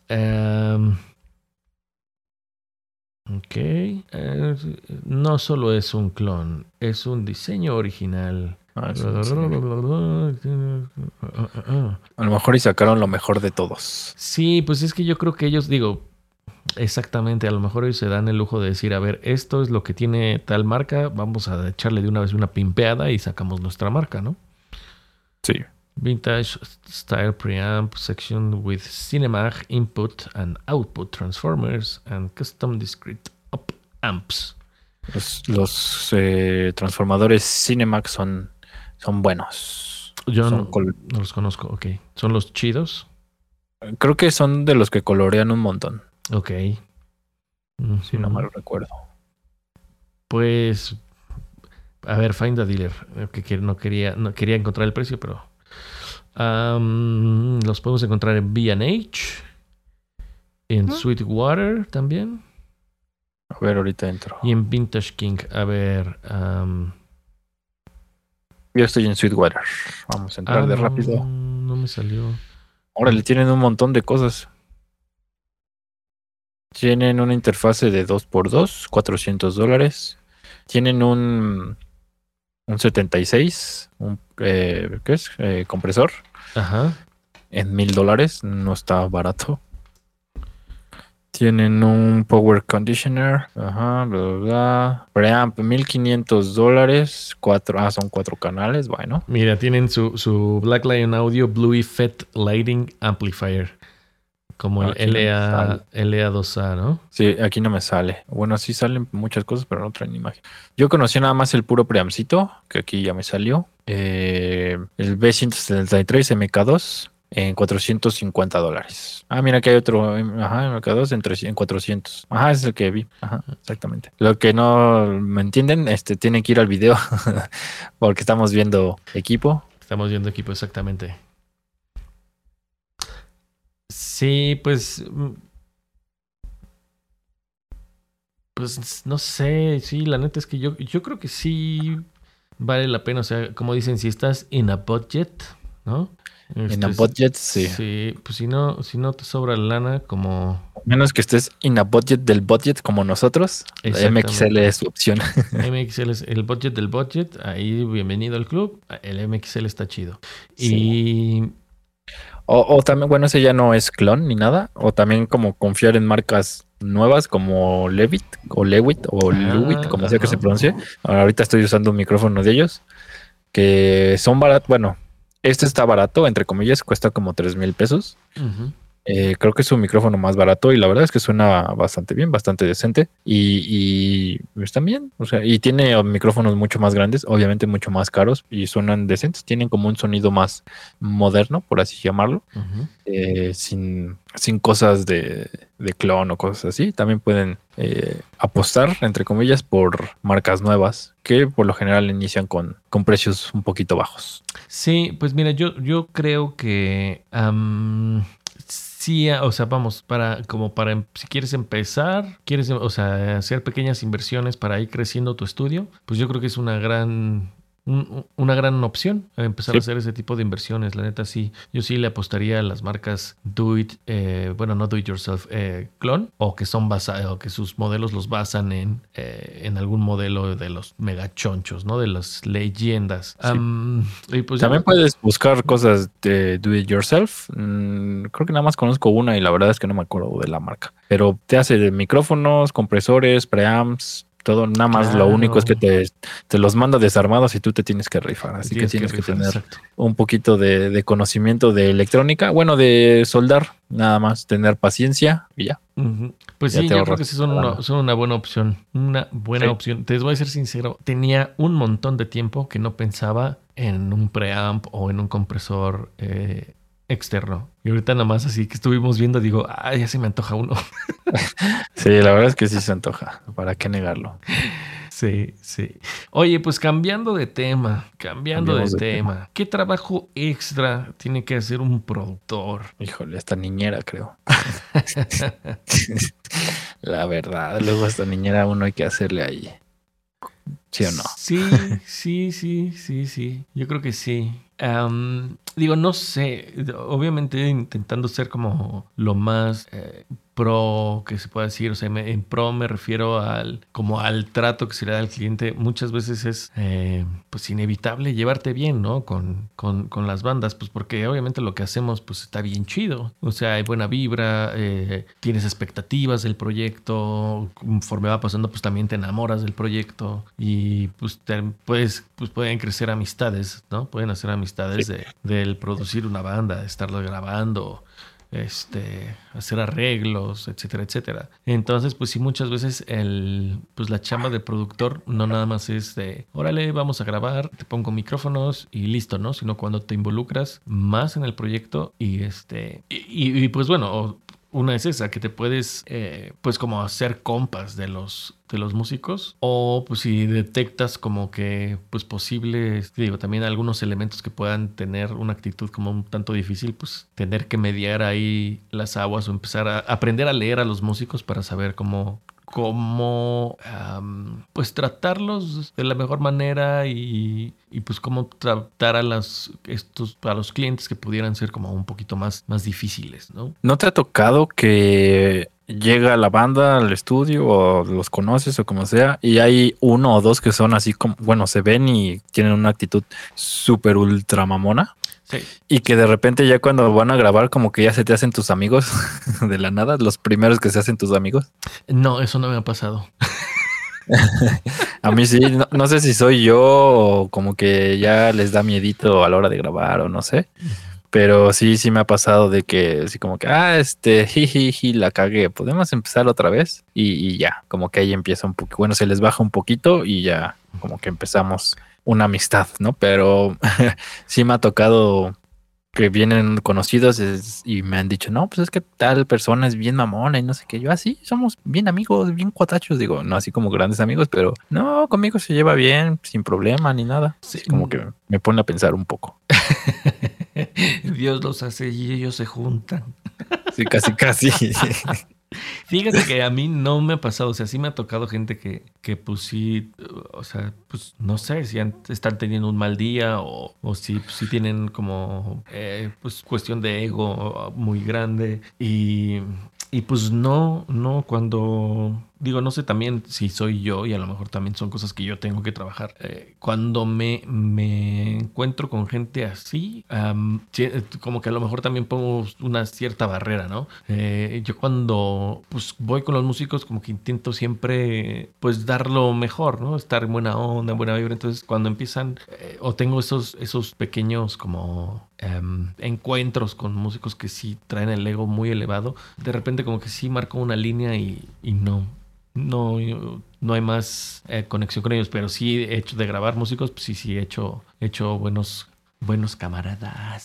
ok. No solo es un clon, es un diseño original. Es un diseño. A lo mejor y sacaron lo mejor de todos. Sí, pues es que yo creo que ellos, digo, exactamente, a lo mejor ellos se dan el lujo de decir, a ver, esto es lo que tiene tal marca, vamos a echarle de una vez una pimpeada y sacamos nuestra marca, ¿no? Sí. Vintage Style Preamp Section with Cinemag Input and Output Transformers and Custom Discrete Up Amps. Los transformadores Cinemax son buenos. Yo Son no los conozco, ok. ¿Son los chidos? Creo que son de los que colorean un montón, Ok. si no mal recuerdo. Pues, a ver, find a dealer. Que no quería encontrar el precio, pero los podemos encontrar en B&H, en Sweetwater también. A ver, ahorita entro. Y en Vintage King. A ver. Yo estoy en Sweetwater. Vamos a entrar de rápido. No me salió. Ahora le tienen un montón de cosas. Tienen una interfase de 2x2, $400. Tienen un 76, ¿qué es? Compresor. Ajá. En $1,000. No está barato. Tienen un Power Conditioner. Ajá, bla, bla, bla. Preamp, $1,500. Son 4 canales. Bueno. Mira, tienen su Black Lion Audio Blue Effect Lighting Amplifier. Como el Aquí no me sale. LA2A, ¿no? Sí, aquí no me sale. Bueno, sí salen muchas cosas, pero no traen imagen. Yo conocí nada más el puro preamcito, que aquí ya me salió. El B173 MK2. en $450. Ah, mira que hay otro, ajá, en Mercado en 400. Ajá, ese es el que vi. Ajá, exactamente. Lo que no me entienden, tienen que ir al video porque estamos viendo equipo. Estamos viendo equipo, exactamente. Sí, pues no sé, sí, la neta es que yo creo que sí vale la pena, o sea, como dicen, si estás in a budget, ¿no? En un budget, sí. Sí, pues si no te sobra lana, como... Menos que estés in a budget del budget como nosotros, la MXL es su opción. MXL es el budget del budget, ahí bienvenido al club, el MXL está chido. Sí. Y... O también, bueno, ese ya no es clon ni nada, o también como confiar en marcas nuevas como Levitt o Lewitt o Lewitt, como sea que se pronuncie. Ahorita estoy usando un micrófono de ellos que son baratos. Bueno, este está barato, entre comillas, cuesta como 3,000 pesos. Uh-huh. Creo que es un micrófono más barato y la verdad es que suena bastante bien, bastante decente y están bien, o sea, y tiene micrófonos mucho más grandes, obviamente mucho más caros y suenan decentes, tienen como un sonido más moderno, por así llamarlo, uh-huh. Sin cosas de clon o cosas así. También pueden apostar, entre comillas, por marcas nuevas que por lo general inician con precios un poquito bajos. Sí, pues mira, yo creo que... sí, o sea, vamos, si quieres empezar, o sea, hacer pequeñas inversiones para ir creciendo tu estudio, pues yo creo que es una gran opción empezar a hacer ese tipo de inversiones. La neta, sí, yo sí le apostaría a las marcas no do it yourself, clone, o que son basados, o que sus modelos los basan en algún modelo de los mega chonchos, ¿no? De las leyendas. Sí. Y pues también puedes buscar cosas de do it yourself. Creo que nada más conozco una y la verdad es que no me acuerdo de la marca, pero te hace de micrófonos, compresores, preamps, todo. Nada más. Claro. Lo único es que te los manda desarmados y tú te tienes que rifar. Así que tienes que tener un poquito de conocimiento de electrónica. Bueno, de soldar, nada más. Tener paciencia y ya. Uh-huh. Pues ya sí, yo creo que sí son una buena opción. Una buena opción. Te voy a ser sincero. Tenía un montón de tiempo que no pensaba en un preamp o en un compresor externo. Y ahorita nada más así que estuvimos viendo, digo, ya se me antoja uno. Sí, la verdad es que sí se antoja. ¿Para qué negarlo? Sí, sí. Oye, pues cambiando de tema. ¿Qué trabajo extra tiene que hacer un productor? Híjole, esta niñera, creo. La verdad, luego esta niñera uno hay que hacerle ahí. ¿Sí o no? Sí. Yo creo que sí. Digo, no sé. Obviamente intentando ser como lo más pro que se pueda decir. O sea, en pro me refiero al trato que se le da al cliente. Muchas veces es pues inevitable llevarte bien, ¿no? Con las bandas, pues porque obviamente lo que hacemos pues está bien chido. O sea, hay buena vibra, tienes expectativas del proyecto. Conforme va pasando, pues también te enamoras del proyecto y pues pueden crecer amistades, ¿no? Pueden hacer amistades del producir una banda, de estarlo grabando, hacer arreglos, etcétera, etcétera. Entonces, pues sí, muchas veces la chamba de productor no nada más es de, órale, vamos a grabar, te pongo micrófonos y listo, ¿no? Sino cuando te involucras más en el proyecto y pues bueno, una es esa, que te puedes pues como hacer compas de los músicos, o pues si detectas como que pues posibles, digo, también algunos elementos que puedan tener una actitud como un tanto difícil, pues tener que mediar ahí las aguas o empezar a aprender a leer a los músicos para saber cómo pues tratarlos de la mejor manera y pues cómo tratar a los clientes que pudieran ser como un poquito más difíciles, ¿no? ¿No te ha tocado que llega la banda al estudio o los conoces o como sea y hay uno o dos que son así como, bueno, se ven y tienen una actitud súper ultra mamona? Sí. Y que de repente ya cuando van a grabar como que ya se te hacen tus amigos de la nada, los primeros que se hacen tus amigos. No, eso no me ha pasado. A mí sí, no sé si soy yo o como que ya les da miedito a la hora de grabar o no sé. Pero sí me ha pasado de que así como que, jiji, la cagué, podemos empezar otra vez y ya, como que ahí empieza un poco, bueno, se les baja un poquito y ya como que empezamos una amistad, ¿no? Pero sí me ha tocado que vienen conocidos y me han dicho, no, pues es que tal persona es bien mamona y no sé qué. Yo, así somos bien amigos, bien cuatachos, digo, no así como grandes amigos, pero no, conmigo se lleva bien, sin problema ni nada. Sí. Es como que me pone a pensar un poco. Dios los hace y ellos se juntan. Sí, casi. Fíjate que a mí no me ha pasado, o sea, sí me ha tocado gente que pues sí, o sea, pues no sé si están teniendo un mal día o si, pues, sí tienen como pues cuestión de ego muy grande y pues no, cuando digo, no sé también si soy yo y a lo mejor también son cosas que yo tengo que trabajar. Cuando me encuentro con gente así, como que a lo mejor también pongo una cierta barrera, ¿no? Yo cuando pues voy con los músicos como que intento siempre pues dar lo mejor, ¿no? Estar en buena onda, en buena vibra. Entonces cuando empiezan o tengo esos pequeños como encuentros con músicos que sí traen el ego muy elevado, de repente como que sí marco una línea y no hay más conexión con ellos, pero sí he hecho de grabar músicos, pues sí he hecho buenos camaradas.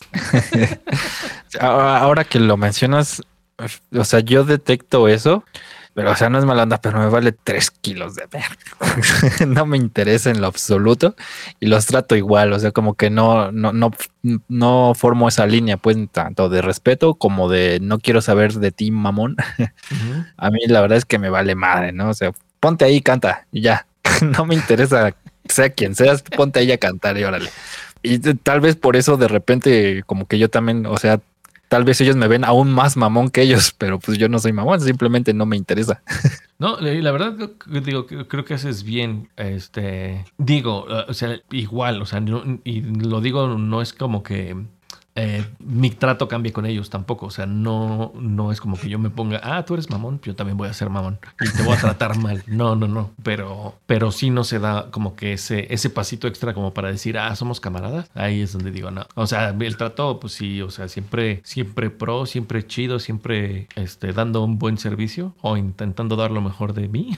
Ahora que lo mencionas, o sea, yo detecto eso, pero o sea, no es mala onda, pero me vale 3 kilos de verga. No me interesa en lo absoluto y los trato igual, o sea, como que no formo esa línea, pues, tanto de respeto como de no quiero saber de ti, mamón. Uh-huh. A mí la verdad es que me vale madre, ¿no? O sea, ponte ahí y canta y ya. No me interesa, sea quien seas, ponte ahí a cantar y órale. Y tal vez por eso de repente como que yo también, o sea, tal vez ellos me ven aún más mamón que ellos, pero pues yo no soy mamón, simplemente no me interesa. No, la verdad, digo, creo que haces bien. Digo, o sea, igual, o sea, y lo digo, no es como que mi trato cambie con ellos tampoco. O sea, no es como que yo me ponga, tú eres mamón, yo también voy a ser mamón y te voy a tratar mal. No. Pero sí no se da como que ese pasito extra como para decir, somos camaradas. Ahí es donde digo, no. O sea, el trato, pues sí, o sea, siempre pro, siempre chido, siempre dando un buen servicio o intentando dar lo mejor de mí.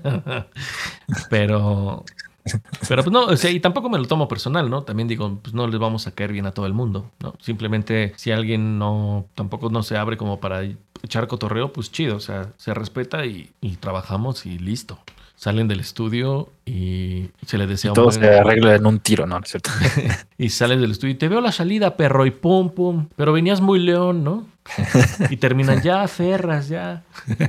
Pero pues no, o sea, y tampoco me lo tomo personal, ¿no? También digo, pues no les vamos a caer bien a todo el mundo, ¿no? Simplemente si alguien tampoco no se abre como para echar cotorreo, pues chido, o sea, se respeta y trabajamos y listo. Salen del estudio y se les desea y todo se arregla en un tiro, ¿no? ¿Es cierto? Y sales del estudio y te veo la salida, perro, y pum, pero venías muy león, ¿no? Y terminan ya, Ferras, ya.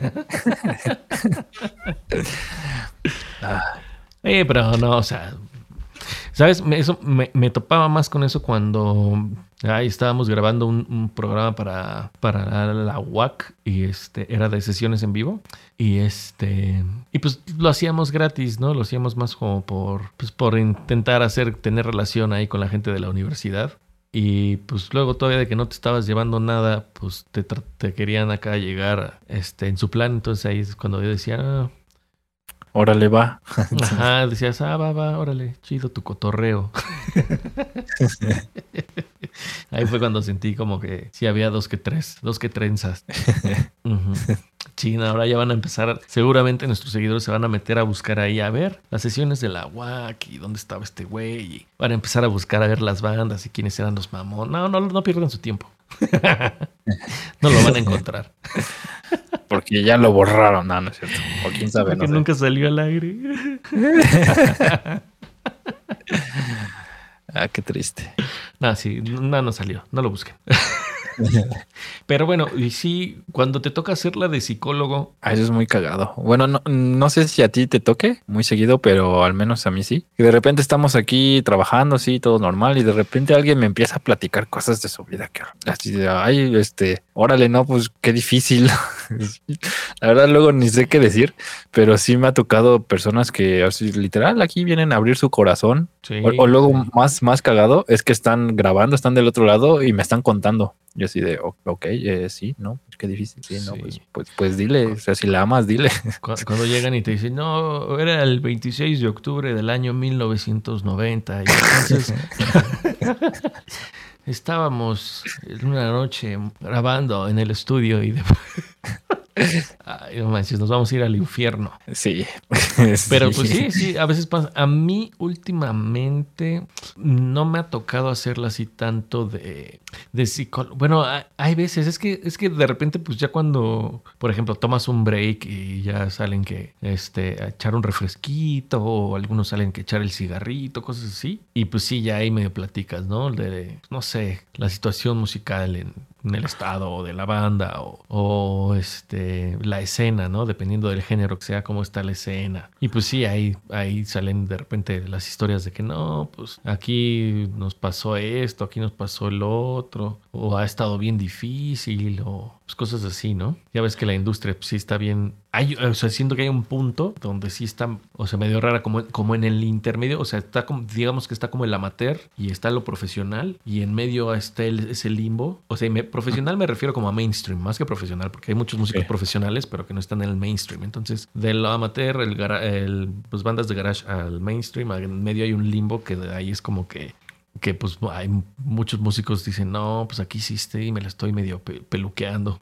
Pero no, o sea, ¿sabes? Eso me topaba más con eso cuando ahí estábamos grabando un programa para la UAC y era de sesiones en vivo y pues lo hacíamos gratis, ¿no? Lo hacíamos más como por intentar tener relación ahí con la gente de la universidad. Y pues luego todavía de que no te estabas llevando nada, pues te querían acá llegar en su plan. Entonces ahí es cuando yo decía, órale, va. Ajá, decías, va, órale, chido tu cotorreo. Ahí fue cuando sentí como que sí había dos que trenzas. Uh-huh. China, ahora ya van a empezar, seguramente nuestros seguidores se van a meter a buscar ahí a ver las sesiones de la UAC y dónde estaba este güey. Y van a empezar a buscar a ver las bandas y quiénes eran los mamones. No pierdan su tiempo. No lo van a encontrar. Porque ya lo borraron, no es cierto. O quién sabe. Porque nunca salió al aire. Qué triste. Sí, no salió. No lo busquen. Pero bueno, y sí, cuando te toca hacerla de psicólogo. Eso es muy cagado. Bueno, no sé si a ti te toque muy seguido, pero al menos a mí sí. Y de repente estamos aquí trabajando, sí, todo normal, y de repente alguien me empieza a platicar cosas de su vida. Que así de, órale, no, pues qué difícil. La verdad, luego ni sé qué decir, pero sí me ha tocado personas que así literal aquí vienen a abrir su corazón. Sí, o luego más cagado es que están grabando, están del otro lado y me están contando. Yo así de, ok, sí, no, qué difícil, sí, no, pues dile, o sea, si la amas, dile. Cuando llegan y te dicen, no, era el 26 de octubre del año 1990, y entonces estábamos en una noche grabando en el estudio y Ay, no manches, nos vamos a ir al infierno. Sí. Pero pues sí, a veces pasa. A mí últimamente no me ha tocado hacerla así tanto de psicólogo. Bueno, hay veces, es que de repente pues ya cuando, por ejemplo, tomas un break y ya salen que a echar un refresquito o algunos salen que echar el cigarrito, cosas así. Y pues sí, ya ahí medio platicas, ¿no? No sé, la situación musical en el estado o de la banda o la escena, ¿no? Dependiendo del género que sea, cómo está la escena. Y pues sí, ahí salen de repente las historias de que no, pues aquí nos pasó esto, aquí nos pasó el otro, o ha estado bien difícil, o pues cosas así, ¿no? Ya ves que la industria pues, sí está bien. O sea, siento que hay un punto donde sí está, o sea, medio rara, como en el intermedio, o sea, está como, digamos que está como el amateur y está lo profesional, y en medio está ese limbo. O sea, profesional me refiero como a mainstream, más que profesional, porque hay muchos músicos profesionales, pero que no están en el mainstream. Entonces, del amateur, pues bandas de garage al mainstream, en medio hay un limbo que de ahí es como que pues hay muchos músicos dicen, no, pues aquí hiciste y me la estoy medio peluqueando.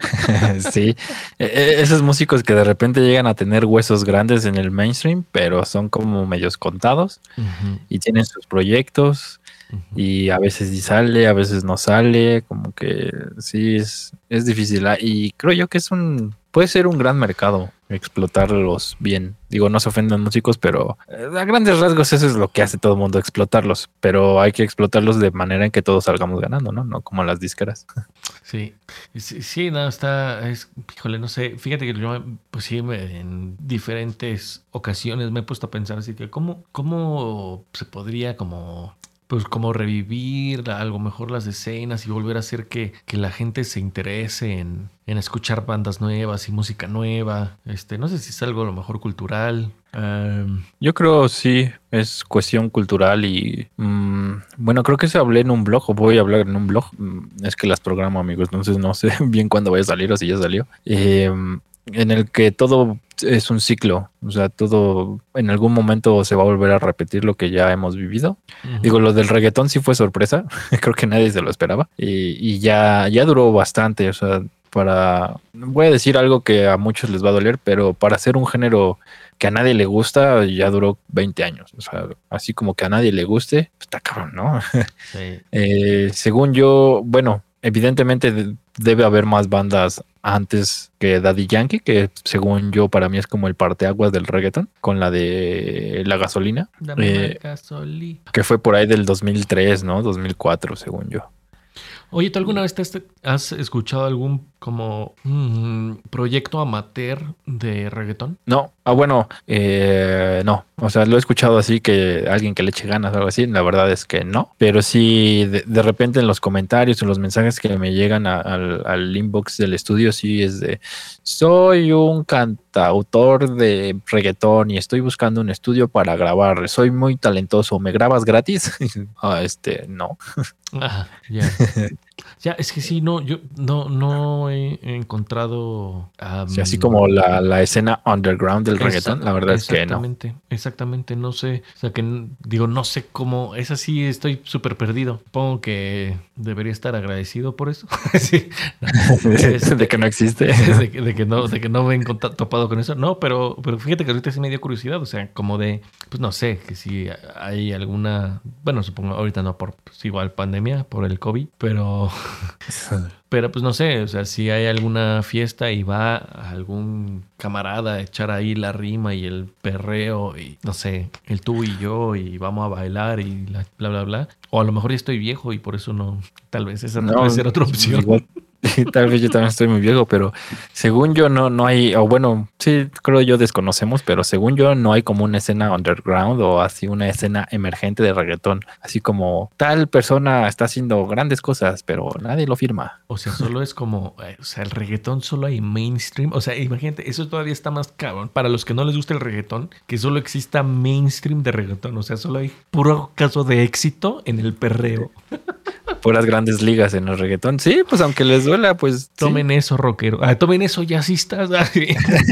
Sí, esos músicos que de repente llegan a tener huesos grandes en el mainstream, pero son como medios contados y tienen sus proyectos y a veces sí sale, a veces no sale, como que sí es difícil. Y creo yo que puede ser un gran mercado explotarlos bien. Digo, no se ofendan músicos, pero a grandes rasgos eso es lo que hace todo el mundo, explotarlos. Pero hay que explotarlos de manera en que todos salgamos ganando, ¿no? No como las disqueras. Sí, no, híjole, no sé, fíjate que yo, pues sí, en diferentes ocasiones me he puesto a pensar así que cómo se podría como revivir algo mejor las escenas y volver a hacer que la gente se interese en escuchar bandas nuevas y música nueva. No sé si es algo a lo mejor cultural. Yo creo sí, es cuestión cultural y bueno, creo que se hablé en un blog o voy a hablar en un blog. Es que las programo, amigos, entonces no sé bien cuándo vaya a salir o si ya salió. En el que todo es un ciclo, o sea, todo en algún momento se va a volver a repetir lo que ya hemos vivido. Digo, lo del reggaetón sí fue sorpresa, creo que nadie se lo esperaba y ya duró bastante, o sea, voy a decir algo que a muchos les va a doler, pero para hacer un género que a nadie le gusta, ya duró 20 años, o sea, así como que a nadie le guste, pues está cabrón, ¿no? Sí. Según yo, bueno, evidentemente debe haber más bandas antes que Daddy Yankee, que según yo para mí es como el parteaguas del reggaetón, con la de La Gasolina. Dame gasolina. Que fue por ahí del 2003, ¿no? 2004, según yo. Oye, ¿tú alguna vez has escuchado algún como proyecto amateur de reggaetón? No, bueno, no, o sea, lo he escuchado así que alguien que le eche ganas o algo así, la verdad es que no, pero sí de repente en los comentarios, en los mensajes que me llegan al inbox del estudio, sí es de, soy un cantautor de reggaetón y estoy buscando un estudio para grabar, soy muy talentoso, ¿me grabas gratis? No. Ajá, ya. Ya, es que sí, no, yo no he encontrado... sí, así como la escena underground del reggaetón, la verdad es que no. Exactamente, no sé, o sea que digo, no sé cómo, es así, estoy súper perdido. Supongo que debería estar agradecido por eso. Sí. De que no existe. De que no me he topado con eso. No, pero fíjate que ahorita sí me dio curiosidad, o sea, como de, pues no sé, que si hay alguna, bueno, supongo ahorita no por pues, igual pandemia, por el COVID, pero pues no sé, o sea, si hay alguna fiesta y va algún camarada a echar ahí la rima y el perreo y no sé, el tú y yo y vamos a bailar y bla, bla, bla. O a lo mejor ya estoy viejo y por eso no, tal vez esa no puede ser otra opción. Igual. Tal vez yo también estoy muy viejo, pero según yo no hay, o bueno, sí, creo yo desconocemos, pero según yo no hay como una escena underground o así una escena emergente de reggaetón, así como tal persona está haciendo grandes cosas, pero nadie lo firma. O sea, solo es como, o sea, el reggaetón solo hay mainstream, o sea, imagínate, eso todavía está más cabrón. Para los que no les gusta el reggaetón, que solo exista mainstream de reggaetón, o sea, solo hay puro caso de éxito en el perreo. Puras grandes ligas en el reggaetón. Sí, pues aunque les duela, pues... Tomen eso, rockero. Tomen eso, jazzistas.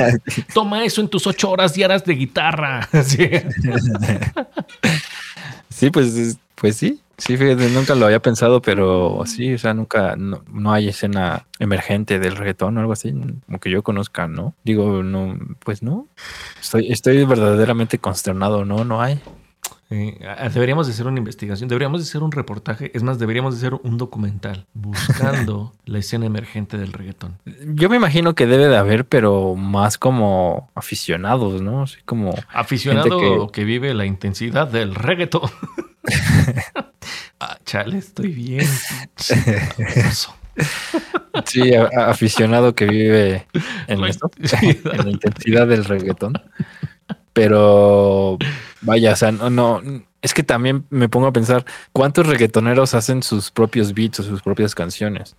Toma eso en tus 8 horas diarias de guitarra. Sí. Sí, pues sí. Sí, fíjate, nunca lo había pensado, pero sí, o sea, nunca, no hay escena emergente del reggaetón o algo así, como que yo conozca, ¿no? Digo, no, pues no. Estoy verdaderamente consternado, no hay. Deberíamos de hacer una investigación, deberíamos de hacer un reportaje, es más, deberíamos de hacer un documental buscando la escena emergente del reggaetón. Yo me imagino que debe de haber, pero más como aficionados, ¿no? Así como Aficionado gente que vive la intensidad del reggaetón. Chale, estoy bien. Sí, aficionado que vive en esto, en la intensidad del reggaetón. Pero vaya, o sea, no, es que también me pongo a pensar, ¿cuántos reggaetoneros hacen sus propios beats o sus propias canciones?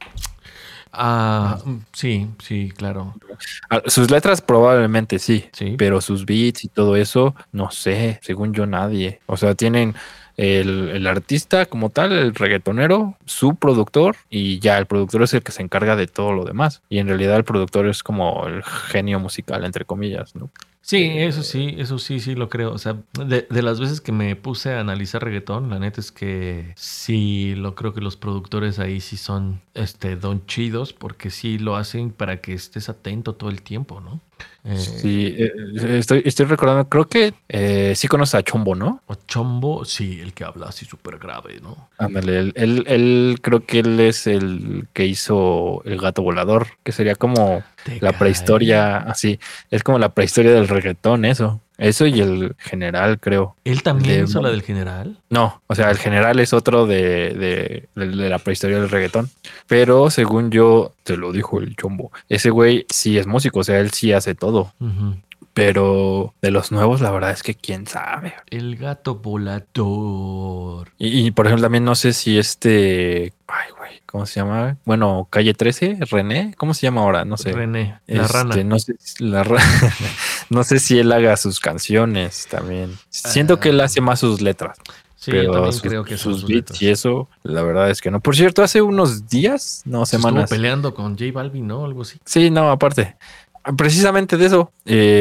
Sí, claro. Sus letras probablemente sí, Sí. pero sus beats y todo eso, no sé, según yo nadie. O sea, tienen el artista como tal, el reggaetonero, su productor, y ya el productor es el que se encarga de todo lo demás. Y en realidad el productor es como el genio musical, entre comillas, ¿no? Sí, eso sí lo creo. O sea, de las veces que me puse a analizar reggaetón, la neta es que sí lo creo que los productores ahí sí son don chidos, porque sí lo hacen para que estés atento todo el tiempo, ¿no? Sí, estoy recordando, creo que sí conoces a Chombo, ¿no? O Chombo, sí, el que habla así súper grave, ¿no? Ándale, él creo que él es el que hizo El Gato Volador, que sería como Te la cae. prehistoria, así, es como la prehistoria del reggaetón, eso y el general, creo. ¿Él también hizo la del general? No, o sea, el general es otro de la prehistoria del reggaetón, pero según yo, te lo dijo el Chombo, ese güey sí es músico, o sea, él sí hace todo. Uh-huh. Pero de los nuevos, la verdad es que quién sabe. El gato volador. Y por ejemplo, también no sé si ay, güey, ¿cómo se llama? Bueno, Calle 13, René, ¿cómo se llama ahora? No sé. René, la rana. No sé, no sé si él haga sus canciones también. Siento que él hace más sus letras. Sí, pero yo también creo que son sus sus beats letras. y eso, la verdad es que no. Por cierto, hace unos días, no, Se semanas. estuvo peleando con J Balvin, ¿no? Algo así. Sí, no, aparte. Precisamente de eso.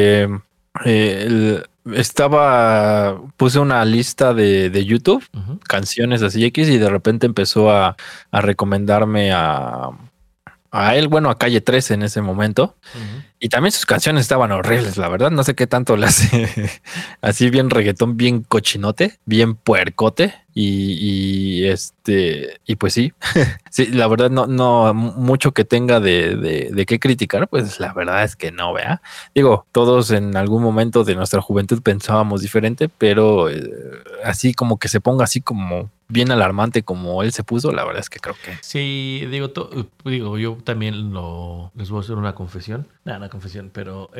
Puse una lista de YouTube, Uh-huh. canciones así X, y de repente empezó a recomendarme a él, bueno, a Calle 13 en ese momento. Uh-huh. Y también sus canciones estaban horribles, la verdad. No sé qué tanto le hace así bien reggaetón, bien cochinote, bien puercote. Y pues sí, sí, la verdad no mucho que tenga de qué criticar, pues la verdad es que no, vea. Digo, todos en algún momento de nuestra juventud pensábamos diferente, pero así como que se ponga así como bien alarmante como él se puso, la verdad es que creo que... Sí, digo, yo también les voy a hacer una confesión. Nada, una confesión, pero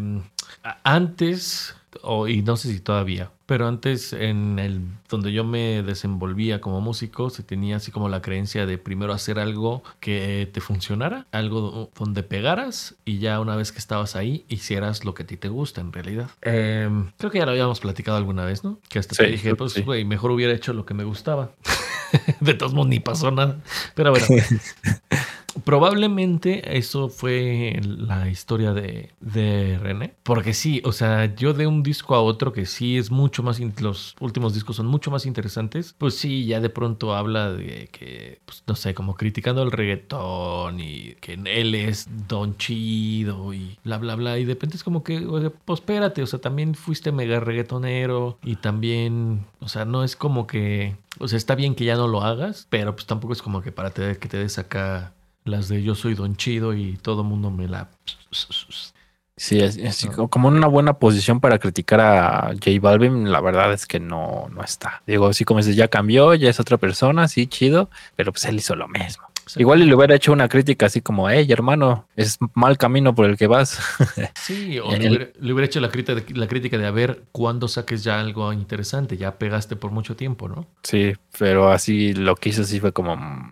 antes, y no sé si todavía, pero antes donde yo me desenvolvía como músico, se tenía así como la creencia de primero hacer algo que te funcionara, algo donde pegaras, y ya una vez que estabas ahí, hicieras lo que a ti te gusta en realidad. Creo que ya lo habíamos platicado alguna vez, ¿no? Que hasta te dije, pues, güey, mejor hubiera hecho lo que me gustaba. De todos modos, ni pasó nada. Pero bueno. Probablemente eso fue la historia de René. Porque sí, o sea, yo de un disco a otro que sí es mucho más... Los últimos discos son mucho más interesantes. Pues sí, ya de pronto habla de que, pues, no sé, como criticando el reggaetón y que él es don chido y bla, bla, bla. Y de repente es como que, o sea, pues espérate, o sea, también fuiste mega reggaetonero y también, o sea, no es como que... O sea, está bien que ya no lo hagas, pero pues tampoco es como que para que te des acá... Las de yo soy don chido y todo el mundo me la... Sí, es como una buena posición para criticar a J Balvin, la verdad es que no está. Digo, así como dices, ya cambió, ya es otra persona, sí, chido, pero pues él hizo lo mismo. Sí. Igual y le hubiera hecho una crítica así como, hey, hermano, es mal camino por el que vas. Sí, o le hubiera hecho la crítica de a ver cuándo saques ya algo interesante, ya pegaste por mucho tiempo, ¿no? Sí, pero así lo que hizo sí fue como...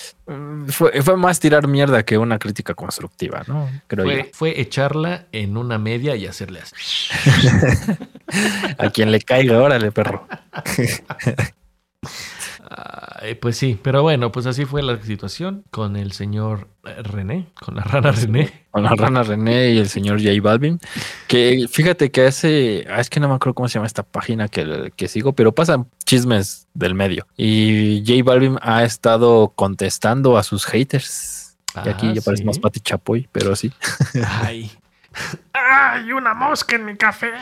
Fue más tirar mierda que una crítica constructiva, ¿no? Fue echarla en una media y hacerle así. A quien le caiga, órale, perro. Pues sí, pero bueno, pues así fue la situación con el señor René, con la rana René. Con la rana René y el señor J Balvin. Que fíjate que es que no me acuerdo cómo se llama esta página que sigo, pero pasan chismes del medio. Y J Balvin ha estado contestando a sus haters. Y aquí ya parece más Pati Chapoy, pero sí. Ay. ¡Ay, una mosca en mi café!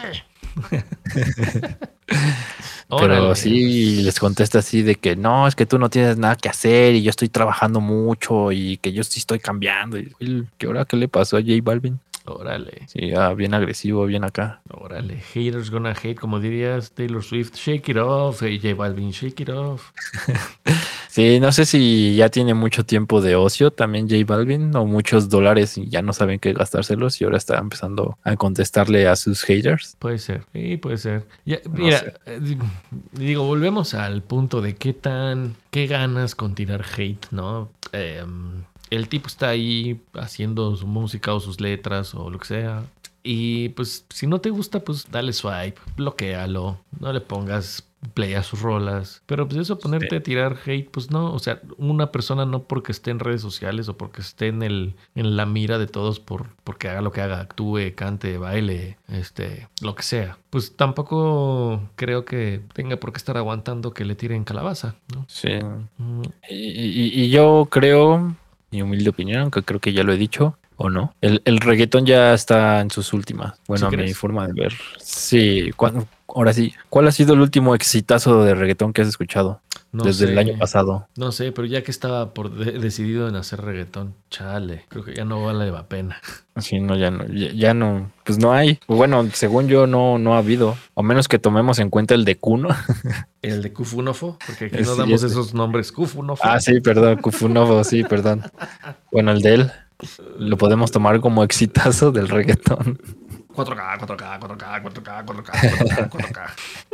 Pero sí les contesta así de que no, es que tú no tienes nada que hacer y yo estoy trabajando mucho y que yo sí estoy cambiando. Y, ¿qué le pasó a J Balvin? Órale. Sí, bien agresivo, bien acá. Órale. Haters gonna hate, como dirías Taylor Swift. Shake it off, J Balvin, shake it off. Sí, no sé si ya tiene mucho tiempo de ocio también J Balvin o muchos dólares y ya no saben qué gastárselos y ahora está empezando a contestarle a sus haters. Puede ser, sí, puede ser. Ya, No mira, sé. Digo, volvemos al punto de qué ganas con tirar hate, ¿no? El tipo está ahí haciendo su música o sus letras o lo que sea. Y pues si no te gusta, pues dale swipe, bloquéalo, no le pongas play a sus rolas. Pero pues eso, ponerte a tirar hate, pues no. O sea, una persona no porque esté en redes sociales o porque esté en la mira de todos porque haga lo que haga, actúe, cante, baile, lo que sea. Pues tampoco creo que tenga por qué estar aguantando que le tiren calabaza, ¿no? Sí. Y yo creo, mi humilde opinión, aunque creo que ya lo he dicho, ¿o no? El reggaetón ya está en sus últimas. Bueno, ¿Sí a mi crees? forma de ver. Sí, ahora sí. ¿Cuál ha sido el último exitazo de reggaetón que has escuchado? No Desde sé. el año pasado. No sé, pero ya que estaba decidido en hacer reggaetón, chale, creo que ya no vale la pena. Sí, no, ya no, pues no hay. Bueno, según yo no ha habido. O menos que tomemos en cuenta el de Kuno. El de Kufunofo, porque aquí no Sí, damos esos nombres. Kufunofo. Ah, sí, perdón, Kufunovo, sí, perdón. Bueno, el de él lo podemos tomar como exitazo del reggaetón. 4K, 4K, 4K, 4K, 4K, 4K, 4K.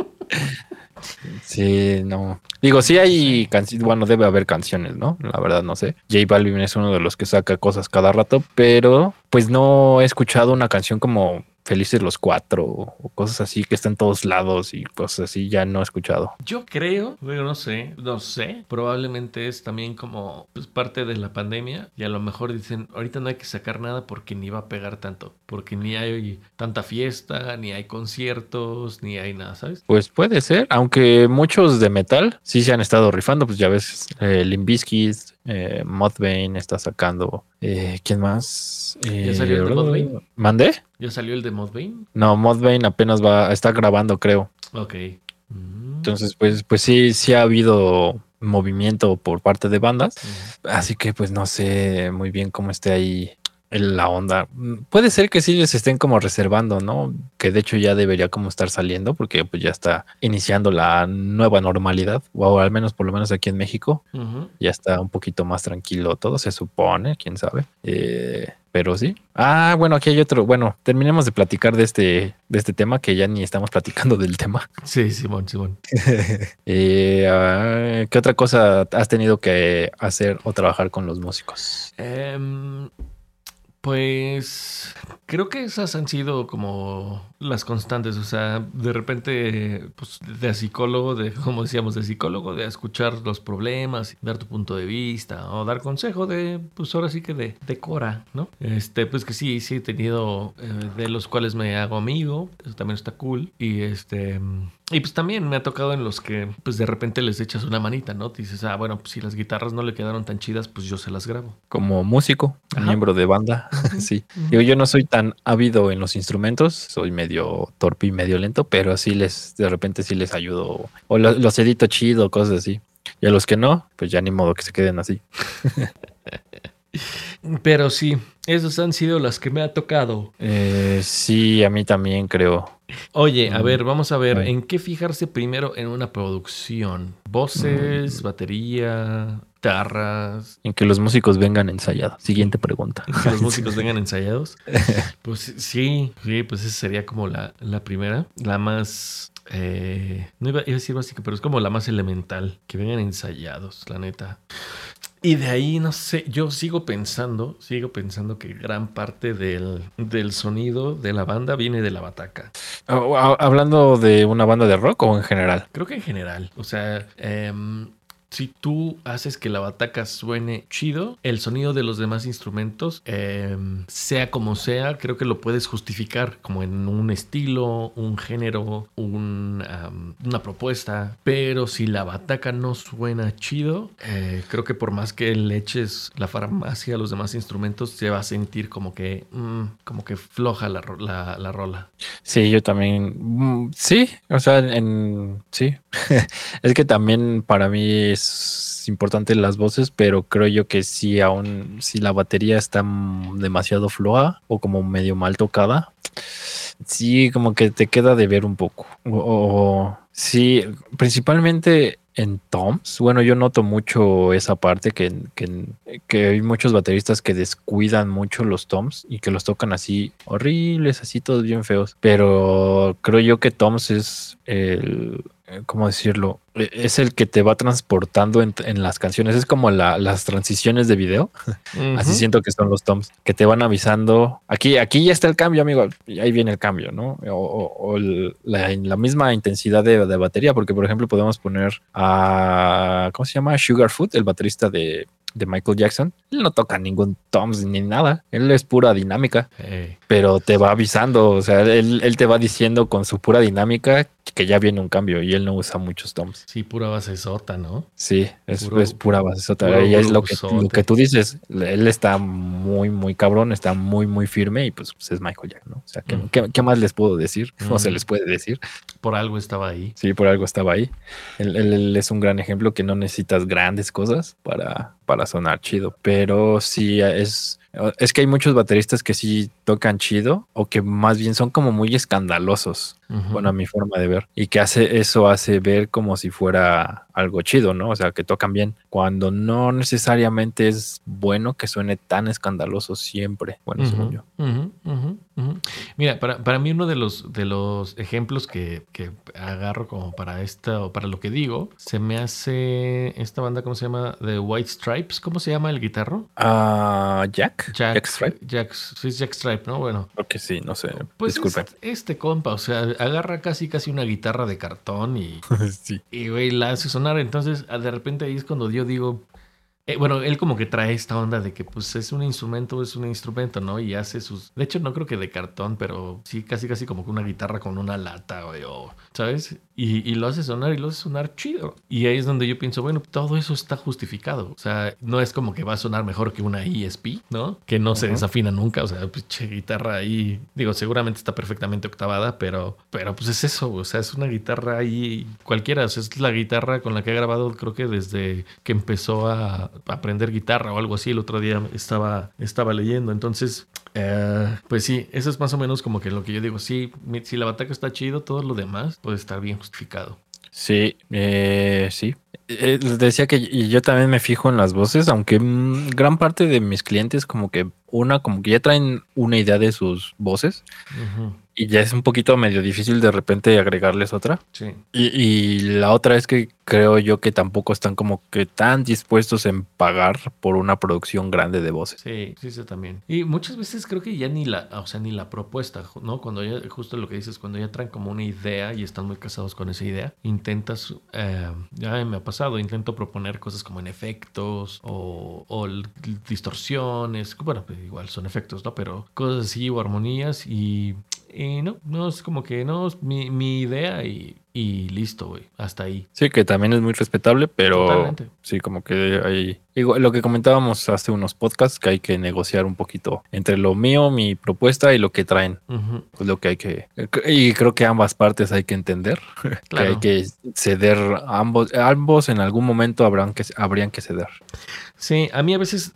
Sí, no. Digo, sí hay canciones, bueno, debe haber canciones, ¿no? La verdad no sé. J Balvin es uno de los que saca cosas cada rato, pero pues no he escuchado una canción como Felices los Cuatro o cosas así que están en todos lados y cosas así, ya no he escuchado. Yo creo, pero no sé, probablemente es también como pues, parte de la pandemia y a lo mejor dicen, ahorita no hay que sacar nada porque ni va a pegar tanto, porque ni hay tanta fiesta, ni hay conciertos, ni hay nada, ¿sabes? Pues puede ser, aunque muchos de metal sí se han estado rifando, pues ya ves, Limp Bizkit, Mudvayne está sacando, ¿quién más? ¿Ya salió el de Mudvayne? ¿Mandé? ¿Ya salió el de Mudvayne? No, Mudvayne apenas está grabando, creo. Ok. Entonces, pues sí ha habido movimiento por parte de bandas, así que pues no sé muy bien cómo esté ahí la onda. Puede ser que sí les estén como reservando, ¿no? Que de hecho ya debería como estar saliendo porque pues ya está iniciando la nueva normalidad, o al menos por lo menos aquí en México. Ya está un poquito más tranquilo todo, se supone, quién sabe. Pero sí. Ah, bueno, aquí hay otro. Bueno, terminemos de platicar de este tema que ya ni estamos platicando del tema. Sí, Simón. ¿Qué otra cosa has tenido que hacer o trabajar con los músicos? Pues creo que esas han sido como las constantes, o sea, de repente, pues de psicólogo, como decíamos, de psicólogo, de escuchar los problemas, dar tu punto de vista o dar consejo pues ahora sí que de cora, ¿no? Pues que sí he tenido de los cuales me hago amigo, eso también está cool y pues también me ha tocado en los que pues de repente les echas una manita, ¿no? Te dices, bueno, pues si las guitarras no le quedaron tan chidas, pues yo se las grabo. Como músico, miembro de banda, sí. Digo, yo no soy tan ávido en los instrumentos, soy medio torpe y medio lento, pero sí de repente sí les ayudo o los edito chido, cosas así. Y a los que no, pues ya ni modo que se queden así. Pero sí, esas han sido las que me ha tocado. Sí, a mí también creo. Oye, a ver, vamos a ver, ¿en qué fijarse primero en una producción? ¿Voces, batería, guitarras? En que los músicos vengan ensayados. Siguiente pregunta. ¿En que los músicos vengan ensayados? Pues sí, pues esa sería como la primera, la más... no iba a decir básica, pero es como la más elemental, que vengan ensayados, la neta. Y de ahí, no sé, yo sigo pensando que gran parte del sonido de la banda viene de la bataca. ¿Hablando de una banda de rock o en general? Creo que en general, o sea, si tú haces que la bataca suene chido, el sonido de los demás instrumentos, sea como sea, creo que lo puedes justificar como en un estilo, un género, una propuesta. Pero si la bataca no suena chido, creo que por más que le eches la farmacia a los demás instrumentos, se va a sentir como que floja la rola. Sí, yo también. Sí, o sea, sí. Es que también para mí es importante las voces, pero creo yo que si la batería está demasiado floja o como medio mal tocada, sí, como que te queda de ver un poco. Sí, principalmente en toms. Bueno, yo noto mucho esa parte que hay muchos bateristas que descuidan mucho los toms y que los tocan así horribles, así todos bien feos. Pero creo yo que toms es ¿cómo decirlo? Es el que te va transportando en las canciones. Es como las transiciones de video. Uh-huh. Así siento que son los toms, que te van avisando. Aquí ya está el cambio, amigo. Y ahí viene el cambio, ¿no? O la misma intensidad de batería, porque por ejemplo podemos poner a ¿cómo se llama? Sugarfoot, el baterista de Michael Jackson. Él no toca ningún toms ni nada. Él es pura dinámica. Hey. Pero te va avisando. O sea, él te va diciendo con su pura dinámica que ya viene un cambio y él no usa muchos toms. Sí, pura basezota, ¿no? Sí, es pura basezota. Y es lo que tú dices. Él está muy, muy cabrón, está muy, muy firme y pues es Michael Jackson, ¿no? O sea, ¿qué más les puedo decir? No se les puede decir. Por algo estaba ahí. Sí, por algo estaba ahí. Él es un gran ejemplo que no necesitas grandes cosas para sonar chido. Pero sí es que hay muchos bateristas que sí tocan chido o que más bien son como muy escandalosos. Uh-huh. Bueno, a mi forma de ver. Y que hace ver como si fuera algo chido, ¿no? O sea, que tocan bien. Cuando no necesariamente es bueno que suene tan escandaloso siempre. Bueno, uh-huh. Según yo. Uh-huh. Uh-huh. Uh-huh. Mira, para mí uno de los ejemplos que agarro como para para lo que digo, se me hace esta banda, ¿cómo se llama? The White Stripes. ¿Cómo se llama el guitarro? Jack Stripe. Sí, es Jack Stripe, ¿no? Bueno. Ok, sí, no sé. Pues disculpe. Este compa, o sea, agarra casi una guitarra de cartón y, sí. Y güey, la hace sonar. Entonces, de repente ahí es cuando yo digo, bueno, él como que trae esta onda de que pues es un instrumento, ¿no? Y hace sus... De hecho, no creo que de cartón, pero sí casi como que una guitarra con una lata, güey, ¿sabes? Y lo hace sonar chido. Y ahí es donde yo pienso, bueno, todo eso está justificado. O sea, no es como que va a sonar mejor que una ESP, ¿no? Que no se desafina nunca. O sea, pinche guitarra ahí, digo, seguramente está perfectamente octavada, pero pues es eso. O sea, es una guitarra ahí cualquiera. O sea, es la guitarra con la que ha grabado, creo que desde que empezó a aprender guitarra o algo así. El otro día estaba leyendo. Entonces, pues sí, eso es más o menos como que lo que yo digo. Sí, si la bataca está chido, todo lo demás puede estar bien justificado. Sí, sí. Decía que yo también me fijo en las voces, aunque gran parte de mis clientes como que ya traen una idea de sus voces. Uh-huh. Y ya es un poquito medio difícil de repente agregarles otra. Sí. Y la otra es que creo yo que tampoco están como que tan dispuestos en pagar por una producción grande de voces. Sí, también. Y muchas veces creo que ya ni la propuesta, ¿no? Cuando ya, justo lo que dices, cuando ya traen como una idea y están muy casados con esa idea, intentas, ya me ha pasado, intento proponer cosas como en efectos o distorsiones, bueno, pues igual son efectos, ¿no? Pero cosas así o armonías y no es como que no es mi idea y listo, güey, hasta ahí. Sí, que también es muy respetable, pero totalmente. Sí, como que hay, igual, lo que comentábamos hace unos podcasts, que hay que negociar un poquito entre lo mío, mi propuesta y lo que traen. Uh-huh. Pues lo que hay que, y creo que ambas partes hay que entender, claro. Que hay que ceder, ambos en algún momento habrían que ceder. Sí, a mí a veces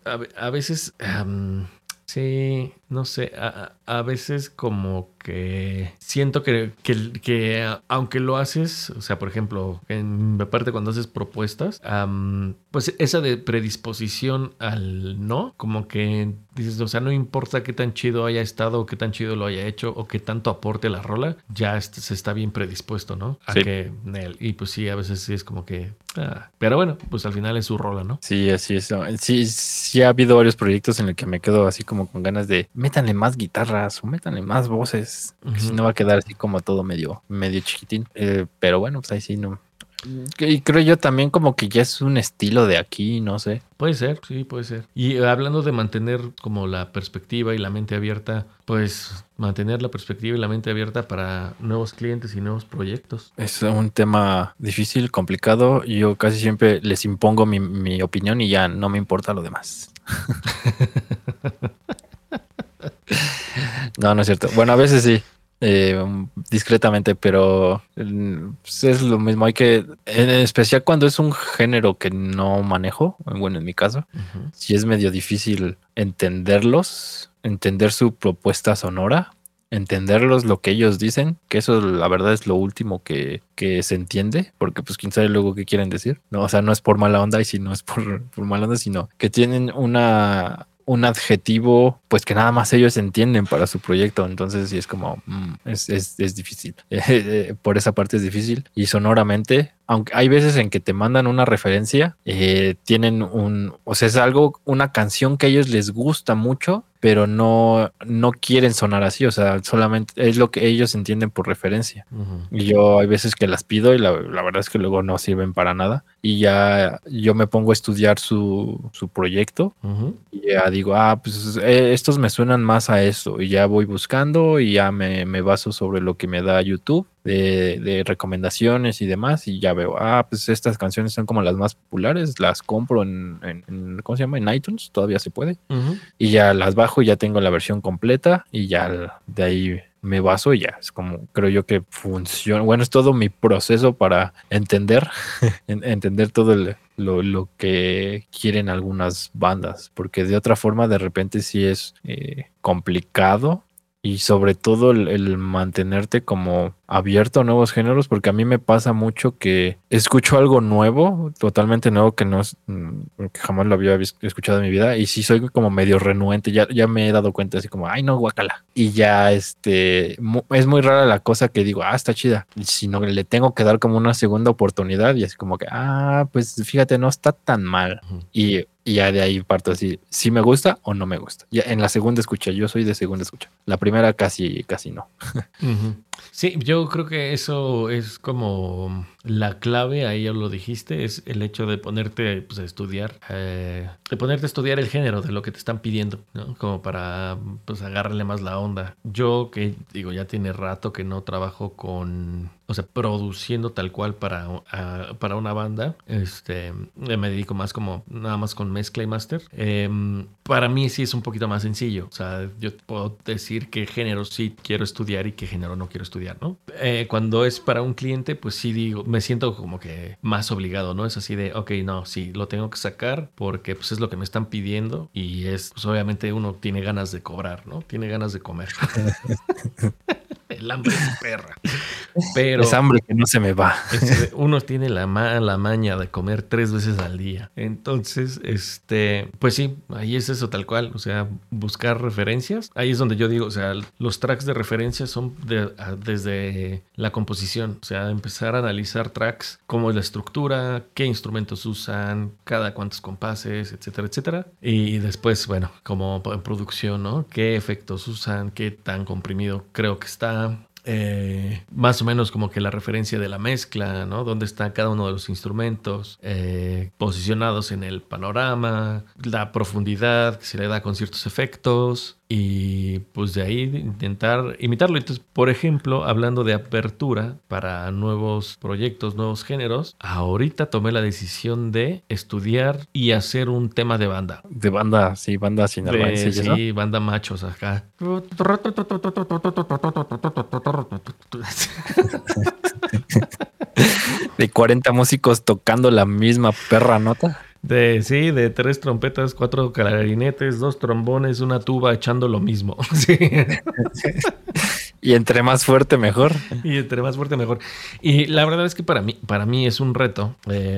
sí, no sé, a veces como que siento que aunque lo haces, o sea, por ejemplo, en mi parte cuando haces propuestas, pues esa de predisposición al no, como que dices, o sea, no importa qué tan chido haya estado o qué tan chido lo haya hecho o qué tanto aporte la rola, ya se está bien predispuesto, ¿no? Sí. Y pues sí, a veces sí es como que... pero bueno, pues al final es su rola, ¿no? Sí, así es. Sí ha habido varios proyectos en los que me quedo así como con ganas de métanle más guitarras o métanle más voces, uh-huh. Si no va a quedar así como todo medio chiquitín. Pero bueno, pues ahí sí no. Y creo yo también como que ya es un estilo de aquí, no sé. Puede ser, sí, puede ser. Y hablando de mantener como la perspectiva y la mente abierta, pues mantener la perspectiva y la mente abierta para nuevos clientes y nuevos proyectos. Es un tema difícil, complicado. Yo casi siempre les impongo mi opinión y ya no me importa lo demás. No, no es cierto. Bueno, a veces sí, discretamente, pero pues es lo mismo. Hay que, en especial cuando es un género que no manejo, bueno, en mi caso, sí es medio difícil entenderlos, entender su propuesta sonora, entenderlos lo que ellos dicen, que eso la verdad es lo último que se entiende, porque pues quién sabe luego qué quieren decir. No, o sea, no es por mala onda y si no es por mala onda, sino que tienen un adjetivo pues que nada más ellos entienden para su proyecto. Entonces sí es como es difícil. Por esa parte es difícil. Y sonoramente, aunque hay veces en que te mandan una referencia, tienen o sea, es algo, una canción que a ellos les gusta mucho, pero no quieren sonar así. O sea, solamente es lo que ellos entienden por referencia. Y yo hay veces que las pido y la verdad es que luego no sirven para nada. Y ya yo me pongo a estudiar su proyecto y ya digo, pues estos me suenan más a esto. Y ya voy buscando y ya me baso sobre lo que me da YouTube de recomendaciones y demás. Y ya veo, pues estas canciones son como las más populares. Las compro en ¿cómo se llama? En iTunes, todavía se puede. Y ya las bajo y ya tengo la versión completa y ya de ahí me baso y ya es como creo yo que funciona. Bueno, es todo mi proceso para entender todo lo que quieren algunas bandas, porque de otra forma de repente sí es complicado. Y sobre todo el mantenerte como abierto a nuevos géneros, porque a mí me pasa mucho que escucho algo nuevo, totalmente nuevo, que no es, que jamás lo había escuchado en mi vida, y sí soy como medio renuente, ya me he dado cuenta así como, ay no, guacala. Y ya es muy rara la cosa que digo, está chida, sino que le tengo que dar como una segunda oportunidad y así como que, pues fíjate, no está tan mal. Y ya de ahí parto así, si me gusta o no me gusta. Ya en la segunda escucha, yo soy de segunda escucha. La primera casi no. Sí, yo creo que eso es como la clave, ahí ya lo dijiste, es el hecho de ponerte pues, a estudiar, el género de lo que te están pidiendo, ¿no? Como para pues agarrarle más la onda. Yo que digo, ya tiene rato que no trabajo produciendo tal cual para una banda, me dedico más como nada más con mezcla y master. Para mí sí es un poquito más sencillo, o sea, yo puedo decir qué género sí quiero estudiar y qué género no quiero estudiar, ¿no? Cuando es para un cliente, pues sí digo, me siento como que más obligado, ¿no? Es así de, ok, no, sí, lo tengo que sacar porque pues es lo que me están pidiendo y pues obviamente uno tiene ganas de cobrar, ¿no? Tiene ganas de comer. El hambre es perra. Pero es hambre que no se me va. Uno tiene la maña de comer 3 veces al día. Entonces, pues sí, ahí es eso tal cual. O sea, buscar referencias. Ahí es donde yo digo, o sea, los tracks de referencia son desde la composición. O sea, empezar a analizar tracks, cómo es la estructura, qué instrumentos usan, cada cuántos compases, etcétera, etcétera. Y después, bueno, como en producción, ¿no? ¿Qué efectos usan? ¿Qué tan comprimido creo que está? Más o menos como que la referencia de la mezcla, ¿no? Dónde está cada uno de los instrumentos posicionados en el panorama, la profundidad que se le da con ciertos efectos y pues de ahí intentar imitarlo. Entonces, por ejemplo, hablando de apertura para nuevos proyectos, nuevos géneros, ahorita tomé la decisión de estudiar y hacer un tema de banda. De banda, sí, banda sinaloense. Sí, banda machos acá. De 40 músicos tocando la misma perra nota. De 3 trompetas, 4 clarinetes, 2 trombones, una tuba echando lo mismo. Sí. Y entre más fuerte, mejor. Y la verdad es que para mí es un reto.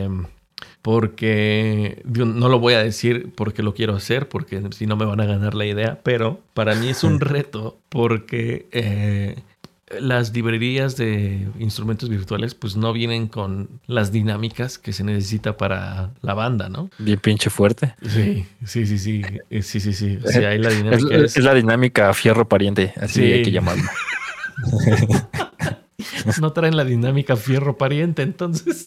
Porque no lo voy a decir porque lo quiero hacer, porque si no me van a ganar la idea, pero para mí es un reto porque las librerías de instrumentos virtuales pues no vienen con las dinámicas que se necesita para la banda, ¿no? Bien pinche fuerte. Sí. O sea, hay la dinámica es la dinámica fierro pariente, así hay que llamarlo. No traen la dinámica fierro pariente, entonces.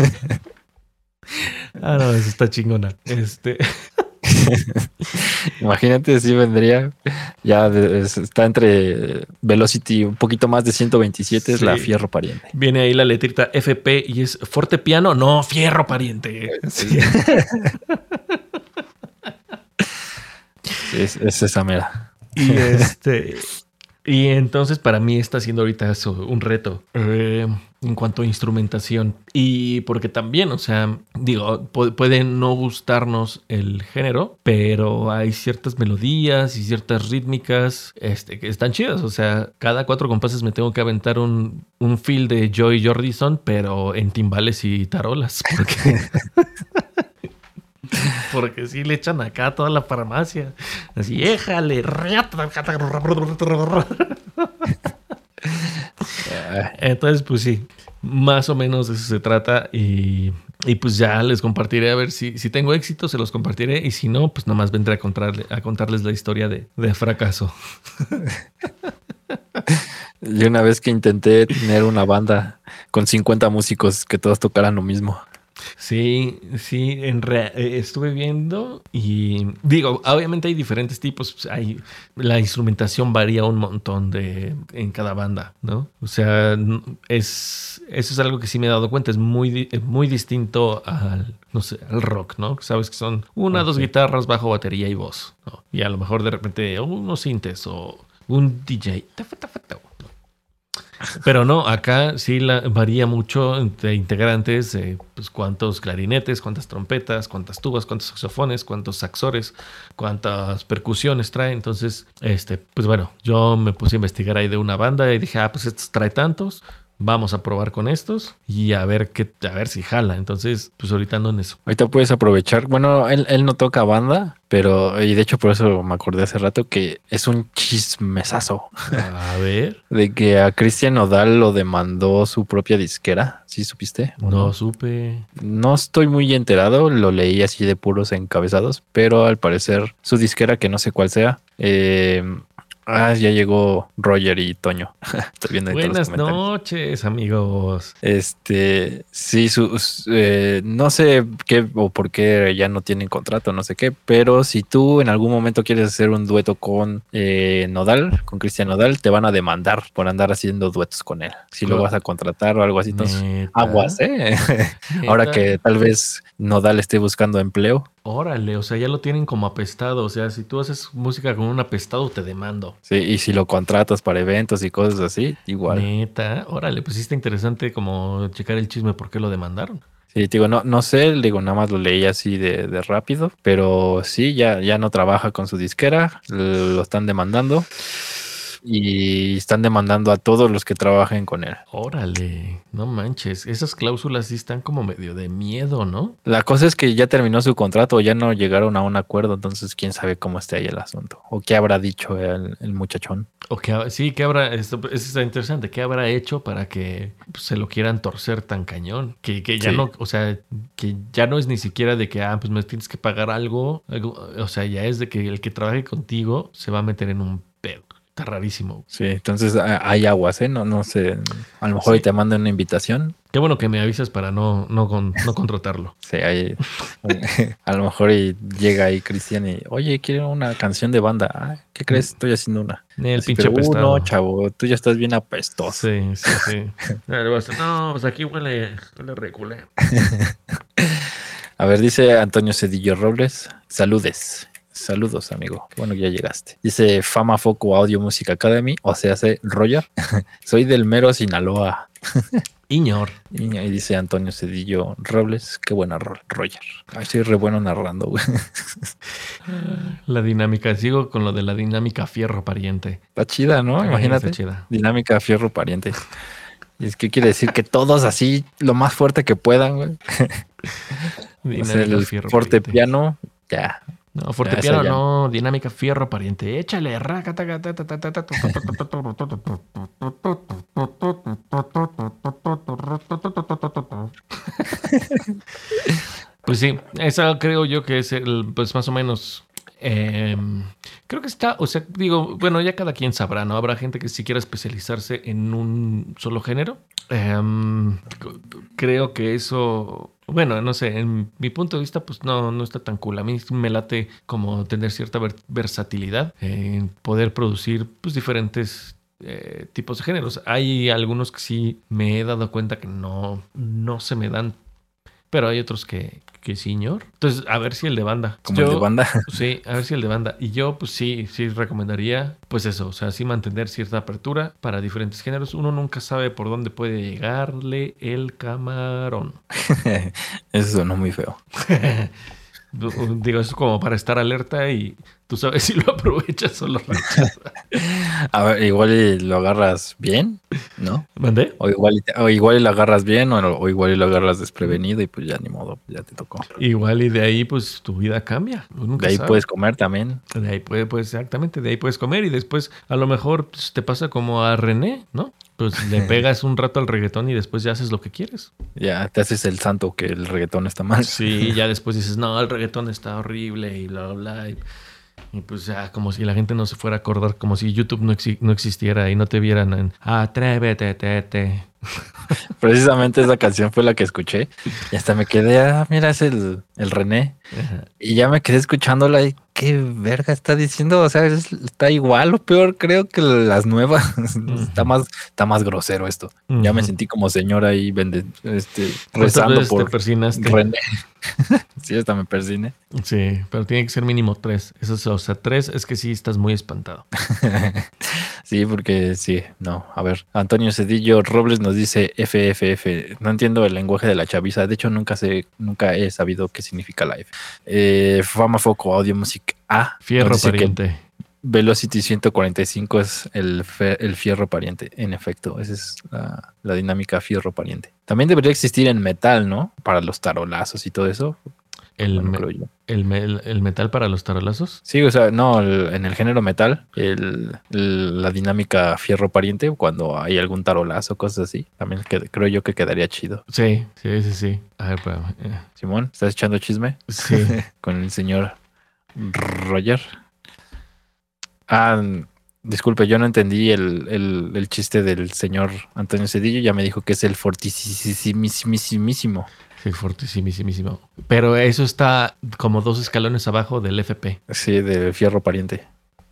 Ah, no, eso está chingona. Imagínate si vendría. Ya está entre Velocity un poquito más de 127, es la Sí. fierro pariente. Viene ahí la letrita FP y es fortepiano, no, fierro pariente. Sí. Sí, es esa mera. Y entonces para mí está siendo ahorita eso, un reto en cuanto a instrumentación. Y porque también, o sea, digo, puede no gustarnos el género, pero hay ciertas melodías y ciertas rítmicas que están chidas. O sea, cada 4 compases me tengo que aventar un feel de Joy Jordison, pero en timbales y tarolas. Porque sí le echan acá toda la farmacia. Así, éjale. Entonces, pues sí, más o menos de eso se trata. Y pues ya les compartiré a ver si tengo éxito, se los compartiré. Y si no, pues nomás vendré a contarles la historia de fracaso. Yo una vez que intenté tener una banda con 50 músicos que todos tocaran lo mismo. Sí, estuve viendo y digo, obviamente hay diferentes tipos, la instrumentación varía un montón en cada banda, ¿no? O sea, eso es algo que sí me he dado cuenta, es muy distinto no sé, al rock, ¿no? Sabes que son 1, 2 guitarras, bajo, batería y voz, ¿no? Y a lo mejor de repente unos sintes o un DJ. Pero no, acá sí varía mucho entre integrantes, pues cuántos clarinetes, cuántas trompetas, cuántas tubas, cuántos saxofones, cuántos saxores, cuántas percusiones trae. Entonces, pues bueno, yo me puse a investigar ahí de una banda y dije, pues estos trae tantos, vamos a probar con estos y a ver si jala. Entonces, pues ahorita ando en eso. Ahorita puedes aprovechar. Bueno, él no toca banda, pero, y de hecho por eso me acordé hace rato que es un chismesazo. A ver. De que a Cristian Nodal lo demandó su propia disquera. ¿Sí supiste? No supe. No estoy muy enterado, lo leí así de puros encabezados, pero al parecer su disquera, que no sé cuál sea, ya llegó Roger y Toño. Estoy viendo ahí todos los Buenas noches, amigos. Sí, no sé qué o por qué ya no tienen contrato, no sé qué, pero si tú en algún momento quieres hacer un dueto con Nodal, con Cristian Nodal, te van a demandar por andar haciendo duetos con él. Si lo vas a contratar o algo así, entonces aguas, ¿eh? Ahora que tal vez Nodal esté buscando empleo. Órale, o sea, ya lo tienen como apestado. O sea, si tú haces música con un apestado, te demando. Sí, y si lo contratas para eventos y cosas así, igual. Neta, órale, pues sí está interesante como checar el chisme por qué lo demandaron. Sí, digo, no sé, digo, nada más lo leí así de rápido, pero sí, ya no trabaja con su disquera, lo están demandando. Y están demandando a todos los que trabajen con él. Órale, no manches. Esas cláusulas sí están como medio de miedo, ¿no? La cosa es que ya terminó su contrato, ya no llegaron a un acuerdo, entonces quién sabe cómo esté ahí el asunto. O qué habrá dicho el muchachón. O ¿qué habrá? Eso está interesante. ¿Qué habrá hecho para que se lo quieran torcer tan cañón? Que ya no, o sea, que ya no es ni siquiera de que, pues me tienes que pagar algo. O sea, ya es de que el que trabaje contigo se va a meter en un pedo. Está rarísimo. Sí, entonces hay aguas, ¿eh? No sé. A lo mejor te mandan una invitación. Qué bueno que me avisas para no contratarlo. Sí, a lo mejor llega ahí Cristian y, oye, quiero una canción de banda. ¿Qué crees? Estoy haciendo una. El pinche apestado. No, chavo, tú ya estás bien apestoso. Sí. No, pues aquí huele reculé. A ver, dice Antonio Cedillo Robles. Saludos, amigo. Qué bueno que ya llegaste. Dice Fama Foco Audio Music Academy, o sea, Roger. Soy del mero Sinaloa. Iñor. Y dice Antonio Cedillo Robles. Qué buena Roger. Ay, soy re bueno narrando, güey. La dinámica. Sigo con lo de la dinámica fierro pariente. Está chida, ¿no? Imagínate. Está chida. Dinámica fierro pariente. Y es que quiere decir que todos así, lo más fuerte que puedan, güey. El fortepiano, ya. No, fortepiano no, dinámica fierro pariente. Échale, Pues sí, esa creo yo que es pues más o menos Creo que está, o sea, digo, bueno, ya cada quien sabrá, ¿no? Habrá gente que si quiera especializarse en un solo género. Creo que eso, bueno, no sé, en mi punto de vista, pues no está tan cool. A mí me late como tener cierta versatilidad en poder producir, pues, diferentes tipos de géneros. Hay algunos que sí me he dado cuenta que no se me dan, pero hay otros que sí, señor. Entonces, a ver si el de banda. Como el de banda. Sí, a ver si el de banda. Y yo, pues sí recomendaría, pues eso, o sea, sí mantener cierta apertura para diferentes géneros. Uno nunca sabe por dónde puede llegarle el camarón. Eso sonó muy feo. Digo, eso es como para estar alerta y tú sabes si lo aprovechas o lo rechazas. A ver, igual y lo agarras bien, ¿no? ¿Mandé? O igual y lo agarras bien o igual y lo agarras desprevenido y pues ya ni modo, ya te tocó. Igual y de ahí pues tu vida cambia. De ahí puedes comer también. De ahí exactamente, de ahí puedes comer y después a lo mejor pues, te pasa como a René, ¿no? Pues le pegas un rato al reggaetón y después ya haces lo que quieres. Ya te haces el santo que el reggaetón está mal. Sí, ya después dices, no, el reggaetón está horrible y bla, bla, bla. Y pues ya, como si la gente no se fuera a acordar, como si YouTube no existiera y no te vieran en Atrévete, tete. Precisamente esa canción fue la que escuché y hasta me quedé, mira, es el René. Ajá. Y ya me quedé escuchándola y qué verga está diciendo, o sea, está igual o peor creo que las nuevas. Uh-huh. Está más grosero esto. Uh-huh. Ya me sentí como señora ahí rezando por te persinaste? René. Sí, hasta me persiné. Sí, pero tiene que ser mínimo 3. Eso es, o sea, 3 es que sí estás muy espantado. Sí, porque sí, no. A ver, Antonio Cedillo Robles nos dice FFF. No entiendo el lenguaje de la chaviza. De hecho, nunca he sabido qué significa la F. Fama Foco Audio Music A. Fierro pariente. Velocity 145 es el fierro pariente. En efecto, esa es la dinámica fierro pariente. También debería existir en metal, ¿no? Para los tarolazos y todo eso. El metal para los tarolazos. Sí, o sea, no, en el género metal, la dinámica fierro pariente, cuando hay algún tarolazo, cosas así, también creo yo que quedaría chido. Sí. A ver, Simón, ¿estás echando chisme? Sí. Con el señor Roger. Disculpe, yo no entendí el chiste del señor Antonio Cedillo. Ya me dijo que es el fortísimísimo. Sí, fortísimísimo. Pero eso está como 2 escalones abajo del FP. Sí, del fierro pariente.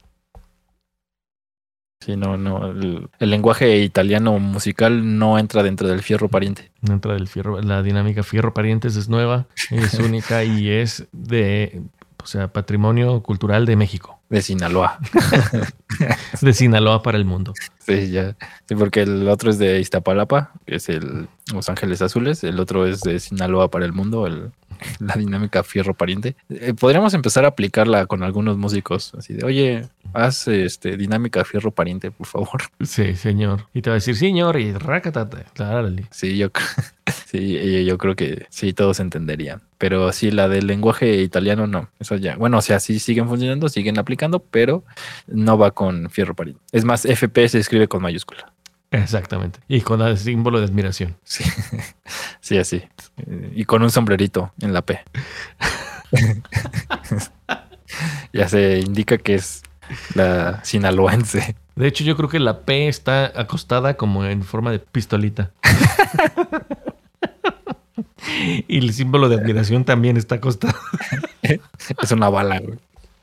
Sí, no. El lenguaje italiano musical no entra dentro del fierro pariente. No entra del fierro. La dinámica fierro parientes es nueva, es única y es patrimonio cultural de México. De Sinaloa. De Sinaloa para el mundo. Sí, ya. Sí, porque el otro es de Iztapalapa, que es Los Ángeles Azules. El otro es de Sinaloa para el mundo, la dinámica fierro pariente. Podríamos empezar a aplicarla con algunos músicos. Así de, oye, haz dinámica fierro pariente, por favor. Sí, señor. Y te va a decir, señor, y rácatate. Dale. Sí, yo creo que sí, todos entenderían. Pero sí, la del lenguaje italiano no. Eso ya. Bueno, o sea, sí siguen funcionando, siguen aplicando, pero no va con fierro pariente. Es más, FP se escribe con mayúscula. Exactamente. Y con el símbolo de admiración. Sí, sí, así. Y con un sombrerito en la P. Ya se indica que es la sinaloense. De hecho, yo creo que la P está acostada como en forma de pistolita. Y el símbolo de admiración también está acostado. Es una bala, güey.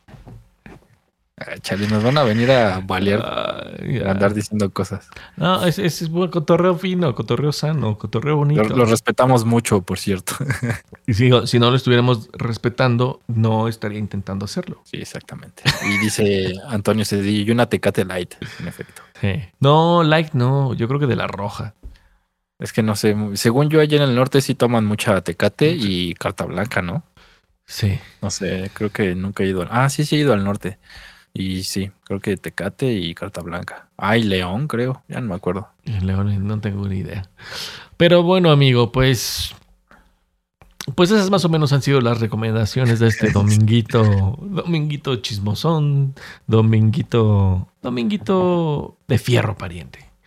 Chale, nos van a venir a balear, a andar diciendo cosas. No, es buen cotorreo fino, cotorreo sano, cotorreo bonito. Lo respetamos mucho, por cierto. Y si no lo estuviéramos respetando, no estaría intentando hacerlo. Sí, exactamente. Y dice Antonio Cedillo, y una Tecate Light, en efecto. Sí. No, Light no, yo creo que de la roja. Es que no sé, según yo allá en el norte sí toman mucha Tecate y carta blanca, ¿no? Sí. No sé, creo que nunca he ido. Sí he ido al norte. Y sí, creo que Tecate y carta blanca. Y León, creo. Ya no me acuerdo. León, no tengo ni idea. Pero bueno, amigo, pues esas más o menos han sido las recomendaciones de este dominguito. Dominguito chismosón. Dominguito de fierro pariente.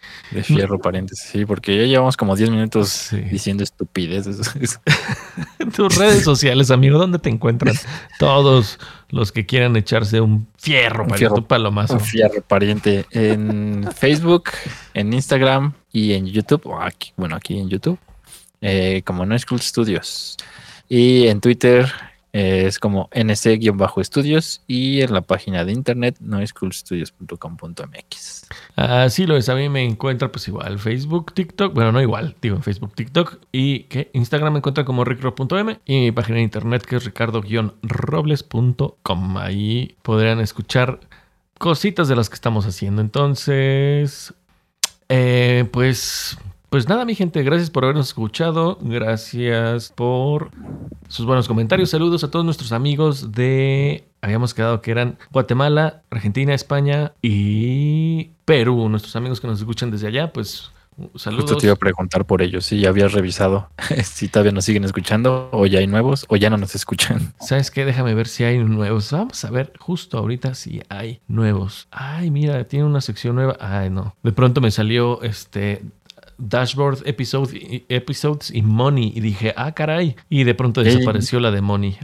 De fierro, parientes. Sí, porque ya llevamos como 10 minutos Sí. diciendo estupideces. Tus redes sociales, amigo, ¿dónde te encuentran todos los que quieran echarse un fierro, pariente, un palomazo? Un fierro, pariente. En Facebook, en Instagram y en YouTube. Aquí en YouTube. Como No School Studios. Y en Twitter es como nc-estudios. Y en la página de internet noischoolstudios.com.mx. Así lo es, a mí me encuentra pues igual Facebook, TikTok, bueno, no igual, digo en Facebook, TikTok y que Instagram me encuentra como rickro.m y mi página de internet que es ricardo-robles.com. Ahí podrán escuchar cositas de las que estamos haciendo. Entonces, pues nada, mi gente, gracias por habernos escuchado, gracias por sus buenos comentarios, saludos a todos nuestros amigos habíamos quedado que eran Guatemala, Argentina, España y Perú, nuestros amigos que nos escuchan desde allá, pues saludos. Justo te iba a preguntar por ellos, si ya habías revisado si todavía nos siguen escuchando o ya hay nuevos o ya no nos escuchan. ¿Sabes qué? Déjame ver si hay nuevos. Vamos a ver justo ahorita si hay nuevos. Ay, mira, tiene una sección nueva. Ay, no. De pronto me salió Dashboard Episodes y Money y dije, caray. Y de pronto desapareció la de Money.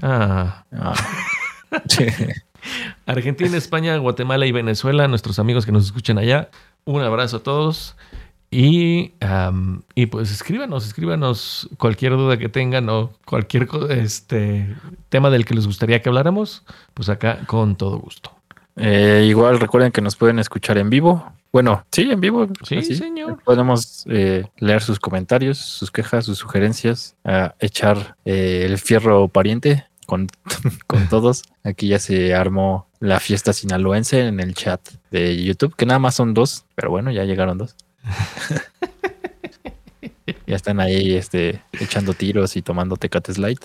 Argentina, España, Guatemala y Venezuela, nuestros amigos que nos escuchan allá. Un abrazo a todos. Y pues escríbanos cualquier duda que tengan o cualquier tema del que les gustaría que habláramos, pues acá con todo gusto. Igual recuerden que nos pueden escuchar en vivo. Bueno, sí, en vivo. Sí, así, señor. Podemos leer sus comentarios, sus quejas, sus sugerencias, echar el fierro pariente con todos. Aquí ya se armó la fiesta sinaloense en el chat de YouTube, que nada más son 2, pero bueno, ya llegaron 2. Ya están ahí echando tiros y tomando Tecates Light.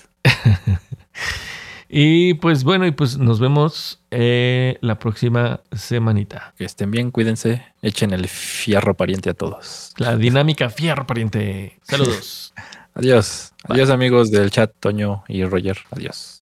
Y pues bueno, nos vemos la próxima semanita. Que estén bien, cuídense, echen el fierro pariente a todos. La dinámica fierro pariente. Saludos. Adiós. Bye. Adiós, amigos del chat, Toño y Roger. Adiós.